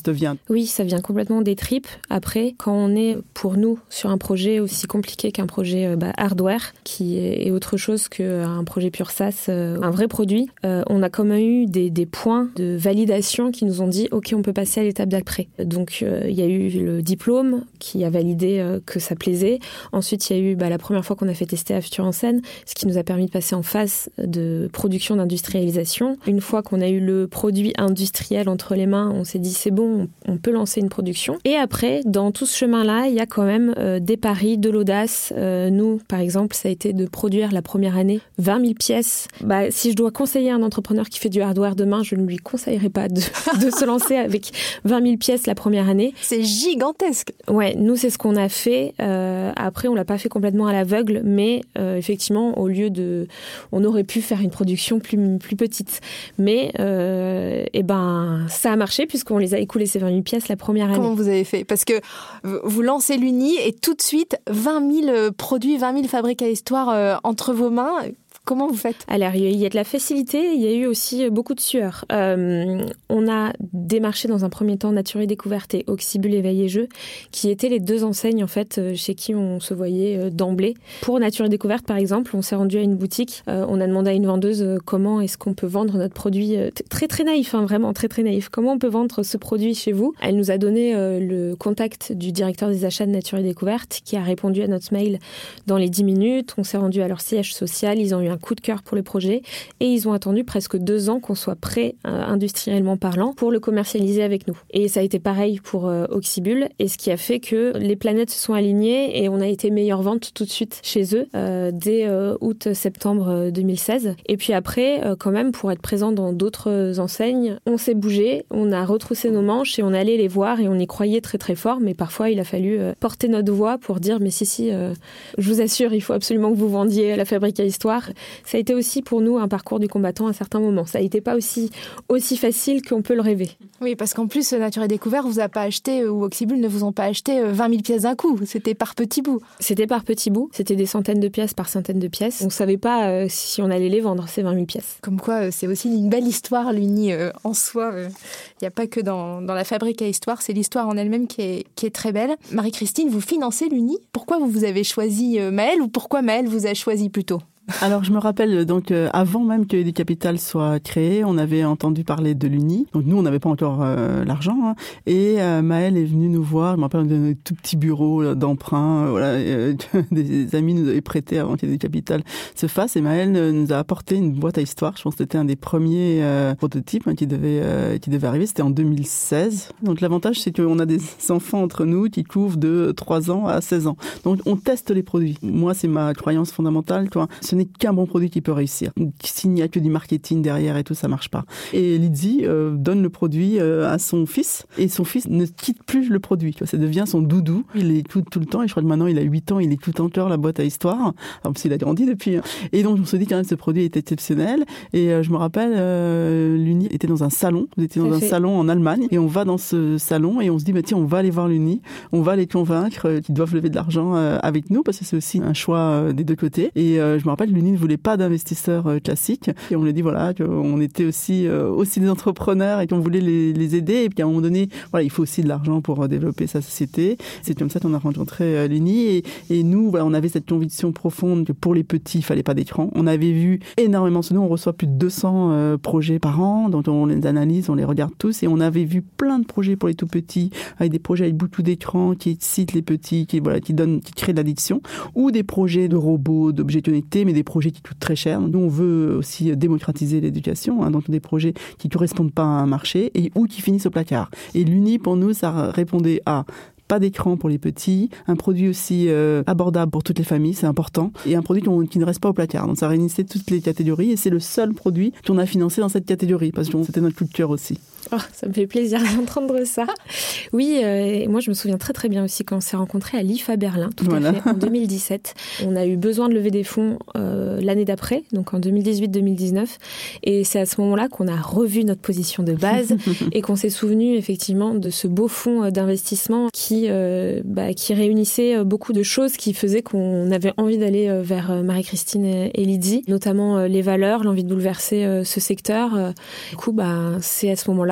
te vient? Oui, ça vient complètement des tripes. Après, quand on est, pour nous, sur un projet aussi compliqué qu'un projet bah, hardware, qui est autre chose qu'un projet pur SaaS, euh, un vrai produit, euh, on a quand même eu des, des points de validation qui nous ont dit « Ok, on peut passer à l'étape d'après ». Donc, il euh, y a eu le diplôme qui a validé euh, que ça plaisait. Ensuite, il y a eu bah, la première fois qu'on a fait tester à Futur en Scène, ce qui nous a permis de passer en phase de production, d'industrialisation. Une fois qu'on a eu le produit industriel entre les mains, on s'est dit c'est bon, on peut lancer une production. Et après, dans tout ce chemin-là, il y a quand même euh, des paris, de l'audace. Euh, nous, par exemple, ça a été de produire la première année vingt mille pièces. Bah, si je dois conseiller un entrepreneur qui fait du hardware demain, je ne lui conseillerais pas de, de se lancer avec vingt mille pièces la première année. C'est gigantesque. Ouais, nous, c'est ce qu'on a fait. Euh, après, on l'a pas fait complètement à l'aveugle, mais euh, effectivement, au lieu de... On aurait pu faire une production plus, plus petite. Mais, euh, eh ben, ça a marché puisqu'on les a écoulés ces vingt mille pièces la première année. Comment vous avez fait? Parce que vous lancez l'Uni et tout de suite, vingt mille produits, vingt mille fabriques à histoire euh, entre vos mains. Comment vous faites? Alors, il y a de la facilité, il y a eu aussi beaucoup de sueur. Euh, on a démarché dans un premier temps Nature et Découverte et Auxibule Éveil et Jeu, qui étaient les deux enseignes en fait chez qui on se voyait d'emblée. Pour Nature et Découverte, par exemple, on s'est rendu à une boutique, euh, on a demandé à une vendeuse euh, comment est-ce qu'on peut vendre notre produit, euh, très très naïf, hein, vraiment très très naïf. Comment on peut vendre ce produit chez vous? Elle nous a donné euh, le contact du directeur des achats de Nature et Découverte, qui a répondu à notre mail dans les dix minutes. On s'est rendu à leur siège social, ils ont eu un coup de cœur pour le projet et ils ont attendu presque deux ans qu'on soit prêt, euh, industriellement parlant, pour le commercialiser avec nous. Et ça a été pareil pour euh, Auxibule, et ce qui a fait que les planètes se sont alignées et on a été meilleure vente tout de suite chez eux euh, dès euh, août-septembre deux mille seize. Et puis après, euh, quand même, pour être présent dans d'autres enseignes, on s'est bougé, on a retroussé nos manches et on allait les voir et on y croyait très très fort, mais parfois il a fallu euh, porter notre voix pour dire mais si si, euh, je vous assure, il faut absolument que vous vendiez la fabrique à histoire. Ça a été aussi pour nous un parcours du combattant à certains moments. Ça n'a été pas aussi, aussi facile qu'on peut le rêver. Oui, parce qu'en plus, Nature et Découverte vous a pas acheté, ou Auxibule ne vous ont pas acheté vingt mille pièces d'un coup. C'était par petits bouts. C'était par petits bouts. C'était des centaines de pièces par centaines de pièces. On ne savait pas euh, si on allait les vendre, ces vingt mille pièces. Comme quoi, euh, c'est aussi une belle histoire, l'Uni, euh, en soi. Il euh, n'y a pas que dans, dans la fabrique à histoire, c'est l'histoire en elle-même qui est, qui est très belle. Marie-Christine, vous financez l'Uni. Pourquoi vous, vous avez choisi euh, Maëlle, ou pourquoi Maëlle vous a choisi plutôt? Alors, je me rappelle, donc, euh, avant même que Educapital soit créé, on avait entendu parler de l'Uni. Donc, nous, on n'avait pas encore euh, l'argent. Hein. Et euh, Maëlle est venue nous voir. Je me rappelle d'un tout petit bureau là, d'emprunt. Euh, voilà, euh, des amis nous avaient prêté avant qu'Educapital se fasse. Et Maëlle nous a apporté une boîte à histoire. Je pense que c'était un des premiers euh, prototypes hein, qui devait euh, qui devait arriver. C'était en deux mille seize. Donc, l'avantage, c'est qu'on a des enfants entre nous qui couvrent de trois ans à seize ans. Donc, on teste les produits. Moi, c'est ma croyance fondamentale. Tu vois. Ce n'est qu'un bon produit qui peut réussir. S'il n'y a que du marketing derrière et tout, ça marche pas. Et Lydie euh, donne le produit euh, à son fils, et son fils ne quitte plus le produit. Tu vois, ça devient son doudou. Il est tout, tout le temps, et je crois que maintenant il a huit ans, il est tout encore la boîte à histoire. En plus, il a grandi depuis. Hein. Et donc, on se dit quand même ce produit est exceptionnel. Et euh, je me rappelle, euh, l'Uni était dans un salon. Vous étiez dans un salon en Allemagne, et on va dans ce salon et on se dit, bah, tiens, on va aller voir l'Uni, on va les convaincre euh, qu'ils doivent lever de l'argent euh, avec nous, parce que c'est aussi un choix euh, des deux côtés. Et euh, je me rappelle, l'Uni ne voulait pas d'investisseurs euh, classiques. Et on lui a dit, voilà, qu'on était aussi, euh, aussi des entrepreneurs et qu'on voulait les, les aider. Et puis, à un moment donné, voilà, il faut aussi de l'argent pour euh, développer sa société. C'est comme ça qu'on a rencontré euh, l'Uni. Et, et nous, voilà, on avait cette conviction profonde que pour les petits, il fallait pas d'écran. On avait vu énormément, nous, on reçoit plus de deux cents euh, projets par an, donc on les analyse, on les regarde tous. Et on avait vu plein de projets pour les tout petits, avec des projets avec beaucoup d'écran qui citent les petits, qui, voilà, qui donnent, qui créent de l'addiction, ou des projets de robots, d'objets connectés, mais des projets qui coûtent très cher. Nous, on veut aussi démocratiser l'éducation, hein, donc des projets qui ne correspondent pas à un marché et ou qui finissent au placard. Et l'Uni, pour nous, ça répondait à pas d'écran pour les petits, un produit aussi euh, abordable pour toutes les familles, c'est important, et un produit qui ne reste pas au placard. Donc ça réunissait toutes les catégories, et c'est le seul produit qu'on a financé dans cette catégorie, parce que c'était notre coup de cœur aussi. Oh, ça me fait plaisir d'entendre ça. Oui, euh, moi je me souviens très très bien aussi quand on s'est rencontrés à l'I F A Berlin, tout voilà. à fait, en deux mille dix-sept. On a eu besoin de lever des fonds euh, l'année d'après, donc en deux mille dix-huit deux mille dix-neuf, et c'est à ce moment-là qu'on a revu notre position de base et qu'on s'est souvenu effectivement de ce beau fonds d'investissement qui, euh, bah, qui réunissait beaucoup de choses qui faisaient qu'on avait envie d'aller vers Marie-Christine et Lydie, notamment les valeurs, l'envie de bouleverser ce secteur. Du coup, bah, c'est à ce moment-là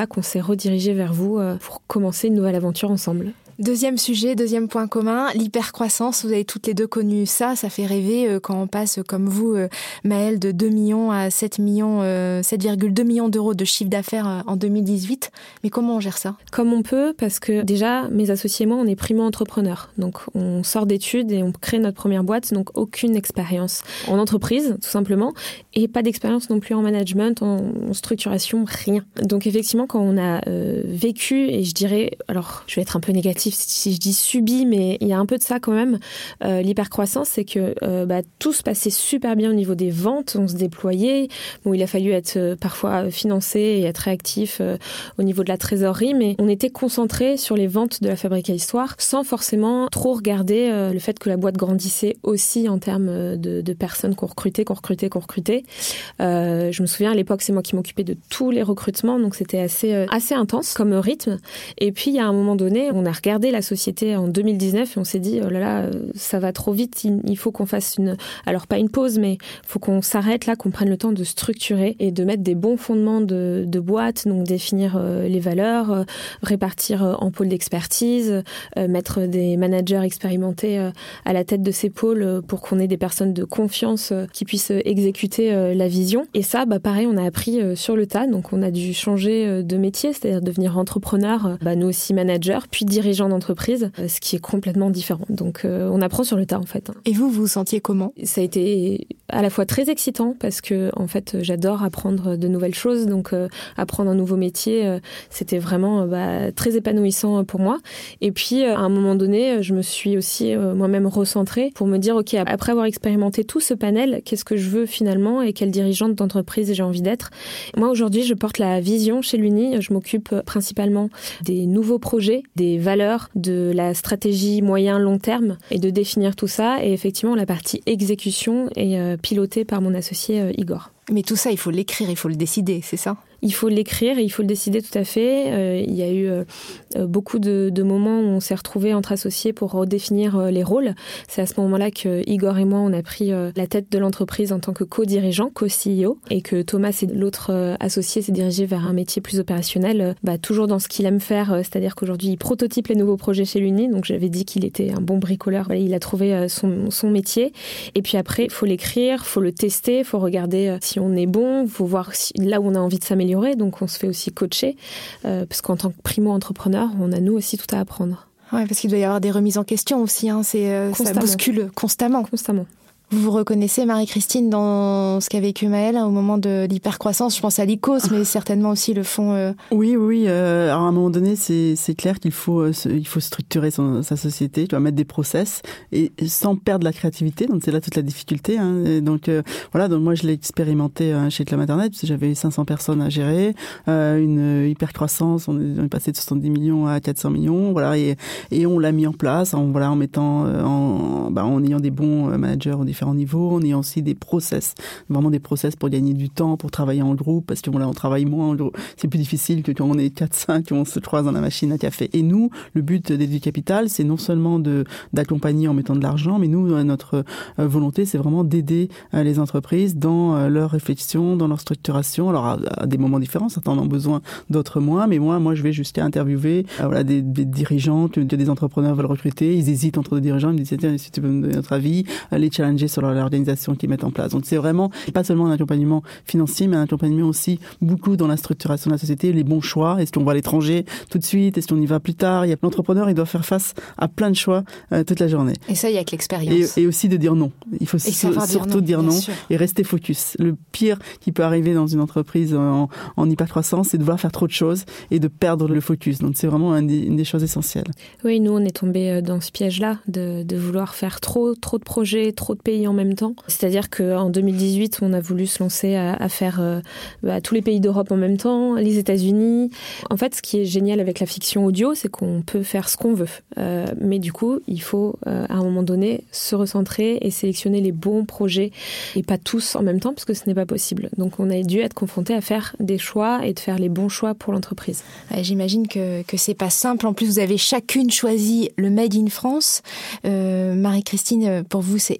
moment-là qu'on s'est redirigé vers vous euh, pour commencer une nouvelle aventure ensemble. Deuxième sujet, deuxième point commun, l'hypercroissance. Vous avez toutes les deux connu ça, ça fait rêver euh, quand on passe comme vous, euh, Maëlle, de deux millions à sept millions, euh, sept virgule deux millions d'euros de chiffre d'affaires euh, en deux mille dix-huit. Mais comment on gère ça ? Comme on peut, parce que déjà, mes associés et moi, on est primo-entrepreneurs. Donc, on sort d'études et on crée notre première boîte, donc aucune expérience en entreprise, tout simplement, et pas d'expérience non plus en management, en, en structuration, rien. Donc, effectivement, quand on a euh, vécu, et je dirais, alors, je vais être un peu négative si je dis subi, mais il y a un peu de ça quand même. Euh, l'hypercroissance, c'est que euh, bah, tout se passait super bien au niveau des ventes, on se déployait. Bon, il a fallu être euh, parfois financé et être réactif euh, au niveau de la trésorerie, mais on était concentré sur les ventes de la Fabrique à Histoire, sans forcément trop regarder euh, le fait que la boîte grandissait aussi en termes de, de personnes qu'on recrutait, qu'on recrutait, qu'on recrutait. Euh, je me souviens, à l'époque, c'est moi qui m'occupais de tous les recrutements, donc c'était assez, euh, assez intense comme rythme. Et puis, il y a un moment donné, on a regardé la société en deux mille dix-neuf et on s'est dit, oh là là, ça va trop vite, il faut qu'on fasse une, alors pas une pause, mais il faut qu'on s'arrête là, qu'on prenne le temps de structurer et de mettre des bons fondements de, de boîte, donc définir euh, les valeurs, euh, répartir euh, en pôles d'expertise, euh, mettre des managers expérimentés euh, à la tête de ces pôles euh, pour qu'on ait des personnes de confiance euh, qui puissent euh, exécuter euh, la vision. Et ça, bah pareil, on a appris euh, sur le tas, donc on a dû changer euh, de métier, c'est-à-dire devenir entrepreneur, euh, bah, nous aussi manager, puis dirigeant d'entreprise, ce qui est complètement différent. Donc euh, on apprend sur le tas en fait. Et vous, vous vous sentiez comment ? Ça a été à la fois très excitant parce que en fait j'adore apprendre de nouvelles choses, donc euh, apprendre un nouveau métier, euh, c'était vraiment euh, bah, très épanouissant pour moi. Et puis euh, à un moment donné, je me suis aussi euh, moi-même recentrée pour me dire ok, après avoir expérimenté tout ce panel, qu'est-ce que je veux finalement et quelle dirigeante d'entreprise j'ai envie d'être. Moi aujourd'hui, je porte la vision chez l'Uni, je m'occupe principalement des nouveaux projets, des valeurs, de la stratégie moyen-long terme et de définir tout ça. Et effectivement, la partie exécution est euh, pilotée par mon associé euh, Igor. Mais tout ça, il faut l'écrire, il faut le décider, c'est ça ? Il faut l'écrire et il faut le décider tout à fait. Euh, il y a eu euh, beaucoup de, de moments où on s'est retrouvés entre associés pour redéfinir euh, les rôles. C'est à ce moment-là que Igor et moi, on a pris euh, la tête de l'entreprise en tant que co-dirigeant, co-C E O, et que Thomas et l'autre euh, associé s'est dirigé vers un métier plus opérationnel, euh, bah, toujours dans ce qu'il aime faire, euh, c'est-à-dire qu'aujourd'hui, il prototype les nouveaux projets chez l'Uni. Donc, j'avais dit qu'il était un bon bricoleur. Voilà, il a trouvé euh, son, son métier. Et puis après, il faut l'écrire, il faut le tester, il faut regarder euh, si on est bon, il faut voir si, là où on a envie de s'améliorer. Donc on se fait aussi coacher, euh, parce qu'en tant que primo-entrepreneur, on a nous aussi tout à apprendre. Oui, parce qu'il doit y avoir des remises en question aussi, hein, c'est, euh, ça bouscule constamment. Constamment. Vous vous reconnaissez, Marie-Christine, dans ce qu'a vécu Maëlle hein, au moment de l'hypercroissance. Je pense à l'I C O S, mais certainement aussi le fonds... Euh... Oui, oui. Euh, alors à un moment donné, c'est, c'est clair qu'il faut, euh, il faut structurer son, sa société, tu dois mettre des process, et sans perdre la créativité. Donc c'est là toute la difficulté. Hein. Et donc euh, voilà, donc moi je l'ai expérimenté hein, chez Club Internet, parce que j'avais cinq cents personnes à gérer, euh, une hypercroissance, on est, on est passé de soixante-dix millions à quatre cents millions, voilà, et, et on l'a mis en place en, voilà, en mettant, en, bah, en ayant des bons managers au différents niveaux, on a aussi des process, vraiment des process pour gagner du temps, pour travailler en groupe, parce que voilà, on travaille moins en groupe. C'est plus difficile que quand on est quatre cinq, on se croise dans la machine à café. Et nous, le but d'Edu Capital, c'est non seulement de, d'accompagner en mettant de l'argent, mais nous, notre volonté, c'est vraiment d'aider les entreprises dans leur réflexion, dans leur structuration. Alors, à, à des moments différents, certains en ont besoin, d'autres moins, mais moi, moi, je vais jusqu'à interviewer euh, voilà, des, des dirigeants que, que des entrepreneurs veulent recruter. Ils hésitent entre deux dirigeants, ils me disent, tiens, si tu peux me donner notre avis, les challenger sur l'organisation qu'ils mettent en place. Donc c'est vraiment pas seulement un accompagnement financier, mais un accompagnement aussi beaucoup dans la structuration de la société, les bons choix. Est-ce qu'on va à l'étranger tout de suite? Est-ce qu'on y va plus tard? Il y a l'entrepreneur, il doit faire face à plein de choix euh, toute la journée. Et ça, il y a que l'expérience. Et, et aussi de dire non. Il faut so, surtout dire non, dire non et rester focus. Le pire qui peut arriver dans une entreprise en, en hypercroissance, c'est de vouloir faire trop de choses et de perdre le focus. Donc c'est vraiment un des, une des choses essentielles. Oui, nous on est tombé dans ce piège-là de, de vouloir faire trop, trop de projets, trop de pays en même temps. C'est-à-dire qu'en deux mille dix-huit, on a voulu se lancer à, à faire euh, bah, tous les pays d'Europe en même temps, les États-Unis. En fait, ce qui est génial avec la fiction audio, c'est qu'on peut faire ce qu'on veut. Euh, mais du coup, il faut euh, à un moment donné se recentrer et sélectionner les bons projets et pas tous en même temps parce que ce n'est pas possible. Donc, on a dû être confronté à faire des choix et de faire les bons choix pour l'entreprise. Ouais, j'imagine que que c'est pas simple. En plus, vous avez chacune choisi le Made in France. Euh, Marie-Christine, pour vous, c'est essentiel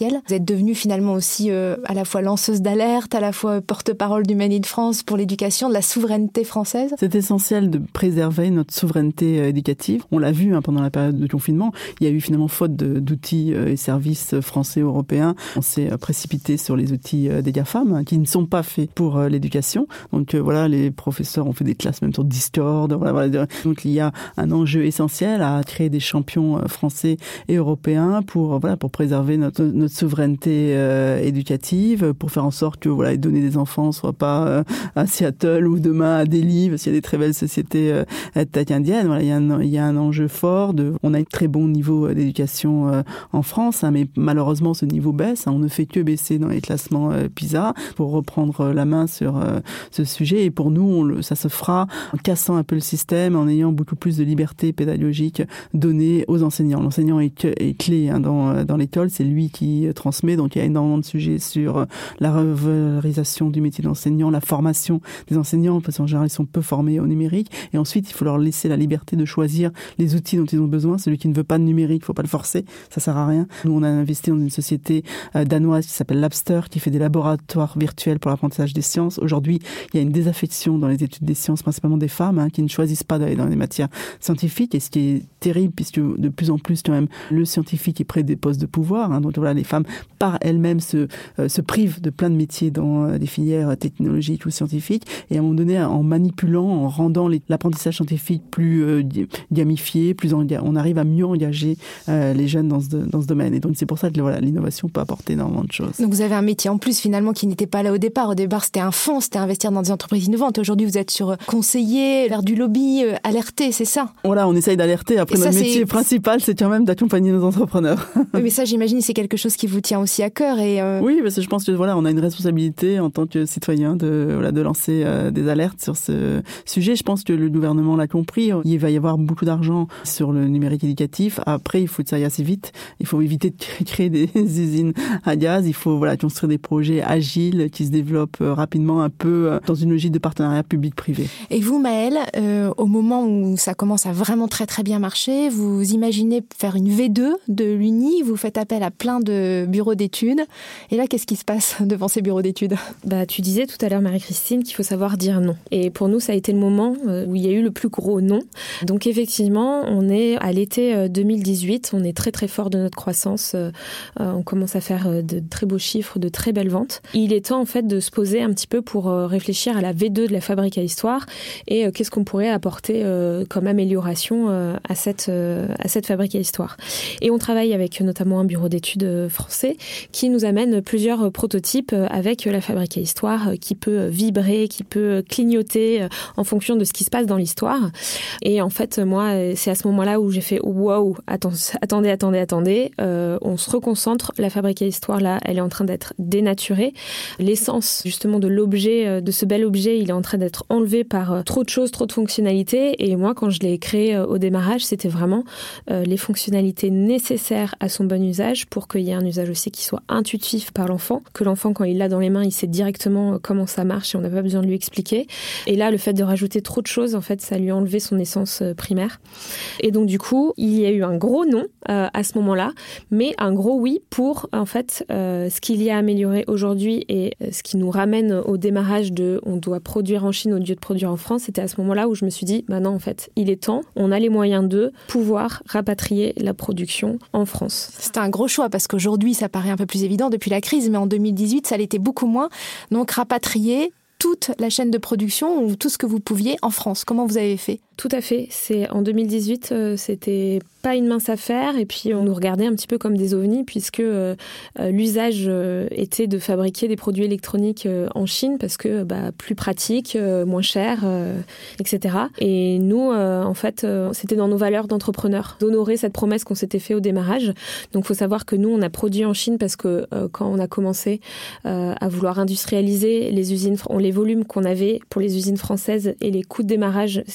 essentiel. Vous êtes devenue finalement aussi euh, à la fois lanceuse d'alerte, à la fois porte-parole du Made in France pour l'éducation, de la souveraineté française. C'est essentiel de préserver notre souveraineté euh, éducative. On l'a vu hein, pendant la période de confinement. Il y a eu finalement faute de, d'outils euh, et services français européens. On s'est euh, précipité sur les outils euh, des GAFAM hein, qui ne sont pas faits pour euh, l'éducation. Donc euh, voilà, les professeurs ont fait des classes même sur Discord. Voilà, voilà. Donc il y a un enjeu essentiel à créer des champions euh, français et européens pour voilà pour préserver notre notre souveraineté euh, éducative, pour faire en sorte que voilà les données des enfants soient pas euh, à Seattle ou demain à Delhi, parce qu'il y a des très belles sociétés euh, tech indiennes. Voilà, il y a un il y a un enjeu fort de on a un très bon niveau d'éducation euh, en France, hein, mais malheureusement ce niveau baisse. Hein, on ne fait que baisser dans les classements euh, PISA. Pour reprendre la main sur euh, ce sujet, et pour nous on le, ça se fera en cassant un peu le système, en ayant beaucoup plus de liberté pédagogique donnée aux enseignants. L'enseignant est, est clé hein, dans dans l'école, c'est lui qui transmet. Donc il y a énormément de sujets sur la revalorisation du métier d'enseignant, la formation des enseignants, parce qu'en général ils sont peu formés au numérique, et ensuite il faut leur laisser la liberté de choisir les outils dont ils ont besoin. Celui qui ne veut pas de numérique, il faut pas le forcer, ça sert à rien. Nous on a investi dans une société euh, danoise qui s'appelle Labster, qui fait des laboratoires virtuels pour l'apprentissage des sciences. Aujourd'hui il y a une désaffection dans les études des sciences, principalement des femmes hein, qui ne choisissent pas d'aller dans les matières scientifiques, et ce qui est terrible puisque de plus en plus quand même le scientifique est près des postes de pouvoir. Hein, donc voilà, les femmes par elles-mêmes se, euh, se privent de plein de métiers dans euh, des filières technologiques ou scientifiques, et à un moment donné, en manipulant, en rendant les, l'apprentissage scientifique plus euh, gamifié, plus en, on arrive à mieux engager euh, les jeunes dans ce, dans ce domaine. Et donc c'est pour ça que voilà, l'innovation peut apporter énormément de choses. Donc vous avez un métier en plus finalement qui n'était pas là au départ. Au départ c'était un fonds, c'était investir dans des entreprises innovantes. Aujourd'hui vous êtes sur conseiller, faire du lobby, euh, alerter, c'est ça? Voilà, on essaye d'alerter. Après, ça, notre métier c'est... principal, c'est quand même d'accompagner nos entrepreneurs. Oui, mais ça, j'imagine, c'est quelque chose qui vous tient aussi à cœur. Et euh... Oui, parce que je pense que voilà, on a une responsabilité en tant que citoyen de voilà de lancer euh, des alertes sur ce sujet. Je pense que le gouvernement l'a compris. Il va y avoir beaucoup d'argent sur le numérique éducatif. Après, il faut que ça aille assez vite. Il faut éviter de créer des usines à gaz. Il faut voilà construire des projets agiles qui se développent rapidement, un peu dans une logique de partenariat public-privé. Et vous, Maëlle, euh, au moment où ça commence à vraiment très très bien marcher, vous imaginez faire une V deux de l'Uni, vous faites appel à plein de bureaux d'études. Et là, qu'est-ce qui se passe devant ces bureaux d'études? Bah, tu disais tout à l'heure, Marie-Christine, qu'il faut savoir dire non. Et pour nous, ça a été le moment où il y a eu le plus gros non. Donc effectivement, on est à l'été deux mille dix-huit, on est très très fort de notre croissance. On commence à faire de très beaux chiffres, de très belles ventes. Il est temps en fait de se poser un petit peu pour réfléchir à la V deux de la Fabrique à Histoire et qu'est-ce qu'on pourrait apporter comme amélioration à cette, à cette Fabrique à Histoire. Et on travaille avec notamment un bureau d'études français qui nous amène plusieurs prototypes avec la Fabrique à Histoire qui peut vibrer, qui peut clignoter en fonction de ce qui se passe dans l'histoire. Et en fait, moi, c'est à ce moment-là où j'ai fait « wow, attendez, attendez, attendez, euh, on se reconcentre, la Fabrique à Histoire, là, elle est en train d'être dénaturée. L'essence, justement, de l'objet, de ce bel objet, il est en train d'être enlevé par trop de choses, trop de fonctionnalités. Et moi, quand je l'ai créé au démarrage, c'était vraiment euh, les fonctionnalités nécessaires à son bon usage pour qu'il y ait un usage aussi qui soit intuitif par l'enfant, que l'enfant, quand il l'a dans les mains, il sait directement comment ça marche et on n'a pas besoin de lui expliquer. Et là, le fait de rajouter trop de choses, en fait, ça lui a enlevé son essence primaire. Et donc, du coup, il y a eu un gros non euh, à ce moment-là, mais un gros oui pour, en fait, euh, ce qu'il y a amélioré aujourd'hui et ce qui nous ramène au démarrage de on doit produire en Chine au lieu de produire en France. C'était à ce moment-là où je me suis dit, bah non, en fait, il est temps, on a les moyens de pouvoir rapatrier la production en France. C'était un gros choix parce qu'aujourd'hui, ça paraît un peu plus évident depuis la crise, mais en deux mille dix-huit, ça l'était beaucoup moins. Donc, rapatrier toute la chaîne de production ou tout ce que vous pouviez en France. Comment vous avez fait ? Tout à fait. C'est, en deux mille dix-huit, euh, c'était pas une mince affaire et puis on nous regardait un petit peu comme des ovnis puisque euh, l'usage euh, était de fabriquer des produits électroniques euh, en Chine parce que bah, plus pratique, euh, moins cher, euh, et cetera. Et nous, euh, en fait, euh, c'était dans nos valeurs d'entrepreneurs d'honorer cette promesse qu'on s'était fait au démarrage. Donc, il faut savoir que nous, on a produit en Chine parce que euh, quand on a commencé euh, à vouloir industrialiser les usines, les volumes qu'on avait pour les usines françaises et les coûts de démarrage, c'est une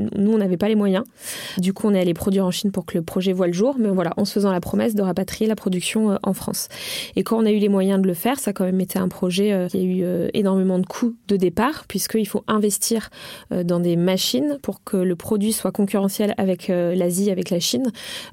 nous, on n'avait pas les moyens. Du coup, on est allé produire en Chine pour que le projet voie le jour, mais voilà, en se faisant la promesse de rapatrier la production euh, en France. Et quand on a eu les moyens de le faire, ça a quand même été un projet euh, qui a eu euh, énormément de coûts de départ, puisqu'il faut investir euh, dans des machines pour que le produit soit concurrentiel avec euh, l'Asie, avec la Chine.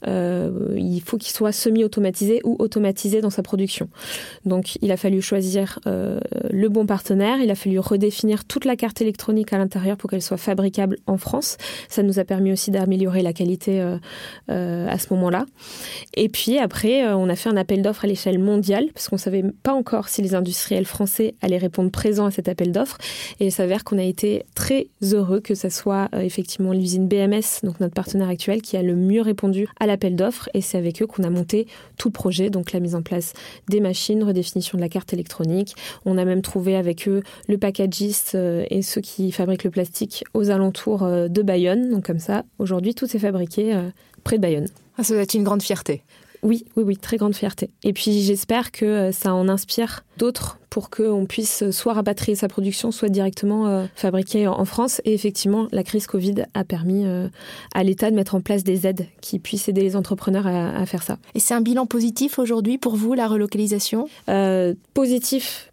Euh, il faut qu'il soit semi-automatisé ou automatisé dans sa production. Donc, il a fallu choisir euh, le bon partenaire, il a fallu redéfinir toute la carte électronique à l'intérieur pour qu'elle soit fabricable en France. Ça nous a permis aussi d'améliorer la qualité euh, euh, à ce moment-là. Et puis après, euh, on a fait un appel d'offres à l'échelle mondiale parce qu'on ne savait pas encore si les industriels français allaient répondre présent à cet appel d'offres. Et il s'avère qu'on a été très heureux que ce soit euh, effectivement l'usine B M S, donc notre partenaire actuel, qui a le mieux répondu à l'appel d'offres. Et c'est avec eux qu'on a monté tout le projet, donc la mise en place des machines, redéfinition de la carte électronique. On a même trouvé avec eux le packagiste euh, et ceux qui fabriquent le plastique aux alentours euh, de Bayonne. Donc comme ça, aujourd'hui, tout est fabriqué euh, près de Bayonne. Ah, ça doit être une grande fierté. Oui, oui, oui, très grande fierté. Et puis j'espère que ça en inspire d'autres pour qu'on puisse soit rapatrier sa production, soit directement euh, fabriquer en France. Et effectivement, la crise Covid a permis euh, à l'État de mettre en place des aides qui puissent aider les entrepreneurs à, à faire ça. Et c'est un bilan positif aujourd'hui pour vous, la relocalisation ? euh, Positif,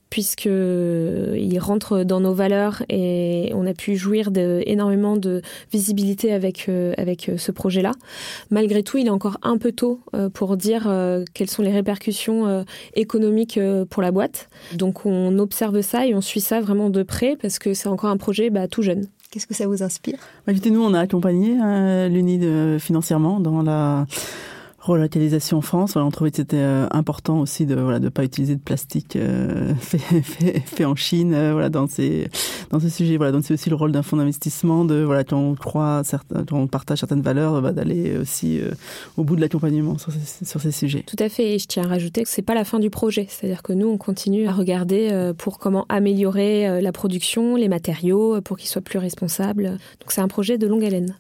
puisqu'il rentre dans nos valeurs et on a pu jouir d'énormément de visibilité avec, euh, avec ce projet-là. Malgré tout, il est encore un peu tôt euh, pour dire euh, quelles sont les répercussions euh, économiques euh, pour la boîte. Donc on observe ça et on suit ça vraiment de près parce que c'est encore un projet bah, tout jeune. Qu'est-ce que ça vous inspire ? Bah, écoutez, nous, on a accompagné euh, l'U N I de, financièrement dans la relocalisation en France. Voilà, on trouvait que c'était euh, important aussi de voilà de pas utiliser de plastique euh, fait, fait, fait en Chine. Euh, voilà dans ces dans ce sujet. Voilà, donc c'est aussi le rôle d'un fonds d'investissement de voilà quand on croit certains, quand on partage certaines valeurs, bah, d'aller aussi euh, au bout de l'accompagnement sur ces, sur ces sujets. Tout à fait. Et je tiens à rajouter que c'est pas la fin du projet. C'est-à-dire que nous on continue à regarder euh, pour comment améliorer euh, la production, les matériaux, pour qu'ils soient plus responsables. Donc c'est un projet de longue haleine.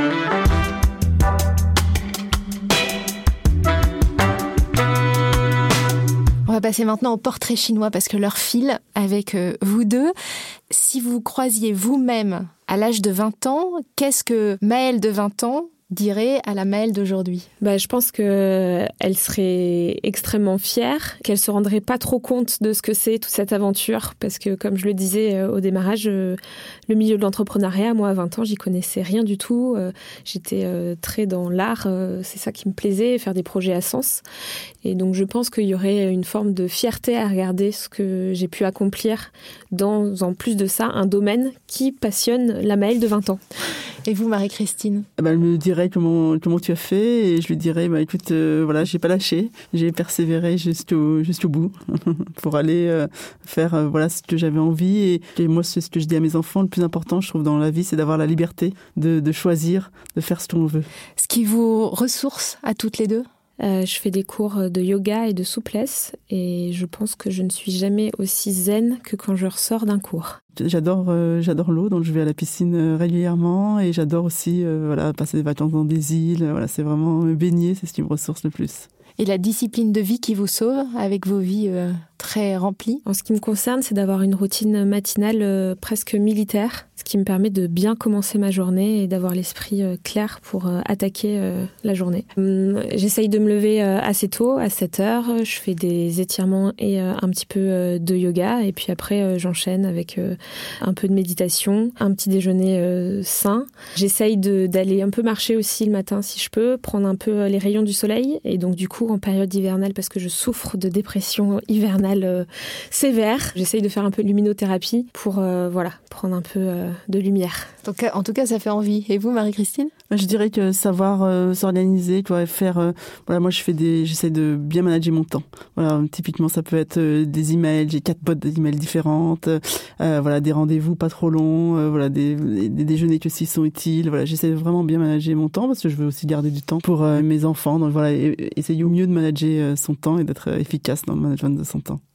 On va passer maintenant au portrait chinois parce que l'heure file avec euh, vous deux. Si vous croisiez vous-même à l'âge de vingt ans, qu'est-ce que Maëlle de vingt ans dirait à la Maëlle d'aujourd'hui ? Bah, je pense qu'elle serait extrêmement fière, qu'elle se rendrait pas trop compte de ce que c'est toute cette aventure, parce que comme je le disais au démarrage, le milieu de l'entrepreneuriat, moi à vingt ans, j'y connaissais rien du tout. J'étais très dans l'art, c'est ça qui me plaisait, faire des projets à sens. Et donc je pense qu'il y aurait une forme de fierté à regarder ce que j'ai pu accomplir dans, en plus de ça, un domaine qui passionne la Maëlle de vingt ans. Et vous, Marie-Christine ? Bah, elle me dirait comment, comment tu as fait et je lui dirais, bah, écoute, euh, voilà, j'ai pas lâché, j'ai persévéré jusqu'au, jusqu'au bout pour aller euh, faire euh, voilà, ce que j'avais envie. Et, et moi, c'est ce que je dis à mes enfants, le plus important, je trouve, dans la vie, c'est d'avoir la liberté de, de choisir, de faire ce qu'on veut. Ce qui vous ressource à toutes les deux ? Euh, je fais des cours de yoga et de souplesse et je pense que je ne suis jamais aussi zen que quand je ressors d'un cours. J'adore, euh, j'adore l'eau, donc je vais à la piscine régulièrement et j'adore aussi euh, voilà, passer des vacances dans des îles. Voilà, c'est vraiment me baigner, c'est ce qui me ressource le plus. Et la discipline de vie qui vous sauve avec vos vies euh, très remplies ? En ce qui me concerne, c'est d'avoir une routine matinale euh, presque militaire, ce qui me permet de bien commencer ma journée et d'avoir l'esprit euh, clair pour euh, attaquer euh, la journée. Hum, j'essaye de me lever euh, assez tôt, à sept heures. Je fais des étirements et euh, un petit peu euh, de yoga. Et puis après, euh, j'enchaîne avec euh, un peu de méditation, un petit déjeuner euh, sain. J'essaye de, d'aller un peu marcher aussi le matin si je peux, prendre un peu les rayons du soleil. Et donc du coup, en période hivernale, parce que je souffre de dépression hivernale euh, sévère, j'essaye de faire un peu de luminothérapie pour euh, voilà, prendre un peu euh, de lumière. Donc, en tout cas, ça fait envie. Et vous, Marie-Christine ? Je dirais que savoir euh, s'organiser, tu vois, faire. Euh, voilà, moi, je fais des, j'essaie de bien manager mon temps. Voilà, typiquement, ça peut être euh, des emails. J'ai quatre boîtes d'emails différentes. Euh, voilà, des rendez-vous pas trop longs. Euh, voilà, des, des, des déjeuners qui aussi sont utiles. Voilà, j'essaie de vraiment bien manager mon temps parce que je veux aussi garder du temps pour euh, mes enfants. Donc voilà, et, essayer au mieux de manager euh, son temps et d'être euh, efficace dans le management de son temps.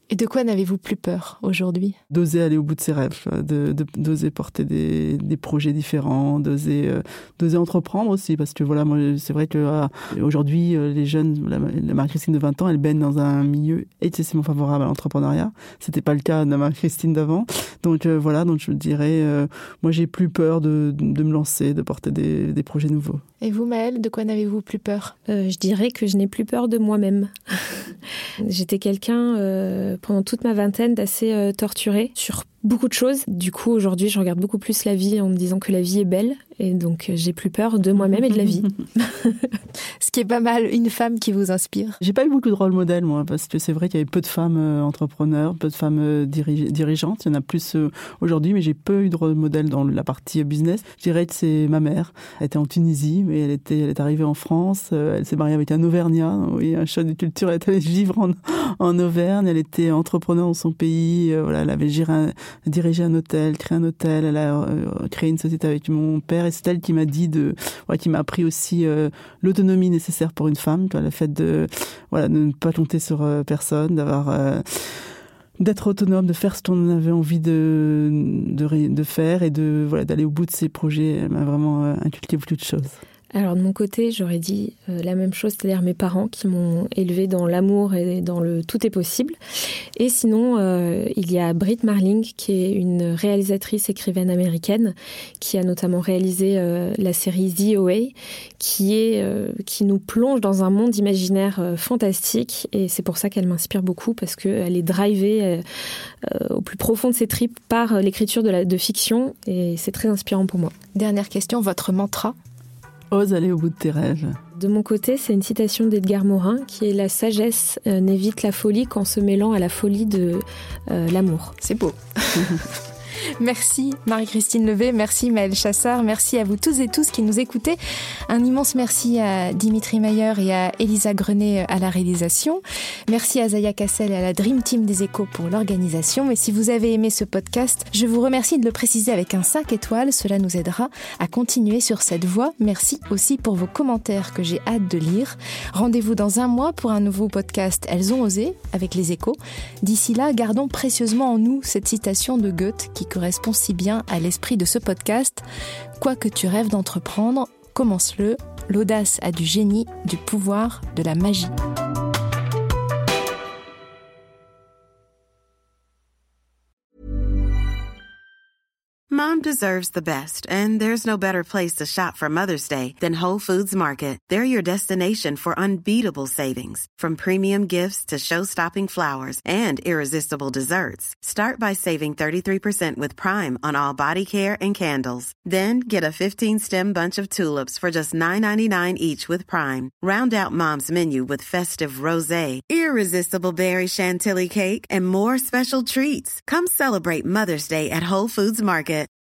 Et de quoi n'avez-vous plus peur aujourd'hui ? D'oser aller au bout de ses rêves, de, de, d'oser porter des, des projets différents, d'oser, euh, d'oser entreprendre aussi, parce que voilà, moi, c'est vrai que euh, aujourd'hui, euh, les jeunes, la, la Marie-Christine de vingt ans, elle baigne dans un milieu excessivement favorable à l'entrepreneuriat. C'était pas le cas de la Marie-Christine d'avant. Donc euh, voilà, donc je dirais, euh, moi j'ai plus peur de, de me lancer, de porter des, des projets nouveaux. Et vous, Maëlle, de quoi n'avez-vous plus peur ? euh, Je dirais que je n'ai plus peur de moi-même. J'étais quelqu'un, euh, pendant toute ma vingtaine, d'assez euh, torturé sur beaucoup de choses. Du coup, aujourd'hui, je regarde beaucoup plus la vie en me disant que la vie est belle. Et donc, euh, j'ai plus peur de moi-même et de la vie. Ce qui est pas mal, une femme qui vous inspire. J'ai pas eu beaucoup de rôle modèle, moi, parce que c'est vrai qu'il y avait peu de femmes euh, entrepreneurs, peu de femmes euh, dirige- dirigeantes. Il y en a plus euh, aujourd'hui, mais j'ai peu eu de rôle modèle dans la partie business. Je dirais que c'est ma mère. Elle était en Tunisie, mais elle était, elle est arrivée en France. Euh, elle s'est mariée avec un Auvergnat. Oui, un choc de culture. Elle est allée vivre en, en Auvergne. Elle était entrepreneur dans son pays. Euh, voilà, elle avait géré un, dirigé un hôtel, créé un hôtel. Elle a euh, créé une société avec mon père. Et c'est elle qui m'a dit de, ouais, qui m'a appris aussi euh, l'autonomie nécessaire pour une femme, tu vois, le fait de, voilà, de ne pas compter sur euh, personne, d'avoir, euh, d'être autonome, de faire ce qu'on avait envie de, de, de faire et de, voilà, d'aller au bout de ses projets. Elle m'a vraiment euh, inculqué beaucoup de choses. Alors de mon côté, j'aurais dit euh, la même chose, c'est-à-dire mes parents qui m'ont élevée dans l'amour et dans le tout est possible. Et sinon, euh, il y a Brit Marling, qui est une réalisatrice écrivaine américaine, qui a notamment réalisé euh, la série The O A, qui est euh, qui nous plonge dans un monde imaginaire euh, fantastique. Et c'est pour ça qu'elle m'inspire beaucoup, parce qu'elle est drivée euh, euh, au plus profond de ses tripes par l'écriture de, la, de fiction, et c'est très inspirant pour moi. Dernière question, votre mantra ? Ose aller au bout de tes rêves. De mon côté, c'est une citation d'Edgar Morin qui est « La sagesse euh, n'évite la folie qu'en se mêlant à la folie de euh, l'amour ». C'est beau. Merci Marie-Christine Levé, merci Maëlle Chassard, merci à vous tous et tous qui nous écoutez. Un immense merci à Dimitri Mayer et à Elisa Grenet à la réalisation. Merci à Zaya Cassel et à la Dream Team des Échos pour l'organisation. Et si vous avez aimé ce podcast, je vous remercie de le préciser avec un cinq étoiles. Cela nous aidera à continuer sur cette voie. Merci aussi pour vos commentaires que j'ai hâte de lire. Rendez-vous dans un mois pour un nouveau podcast Elles ont osé avec les Échos. D'ici là, gardons précieusement en nous cette citation de Goethe qui correspond si bien à l'esprit de ce podcast. Quoi que tu rêves d'entreprendre, commence-le. L'audace a du génie, du pouvoir, de la magie. Mom deserves the best, and there's no better place to shop for Mother's Day than Whole Foods Market. They're your destination for unbeatable savings, from premium gifts to show-stopping flowers and irresistible desserts. Start by saving thirty-three percent with Prime on all body care and candles. Then get a fifteen-stem bunch of tulips for just nine ninety-nine each with Prime. Round out Mom's menu with festive rosé, irresistible berry chantilly cake, and more special treats. Come celebrate Mother's Day at Whole Foods Market.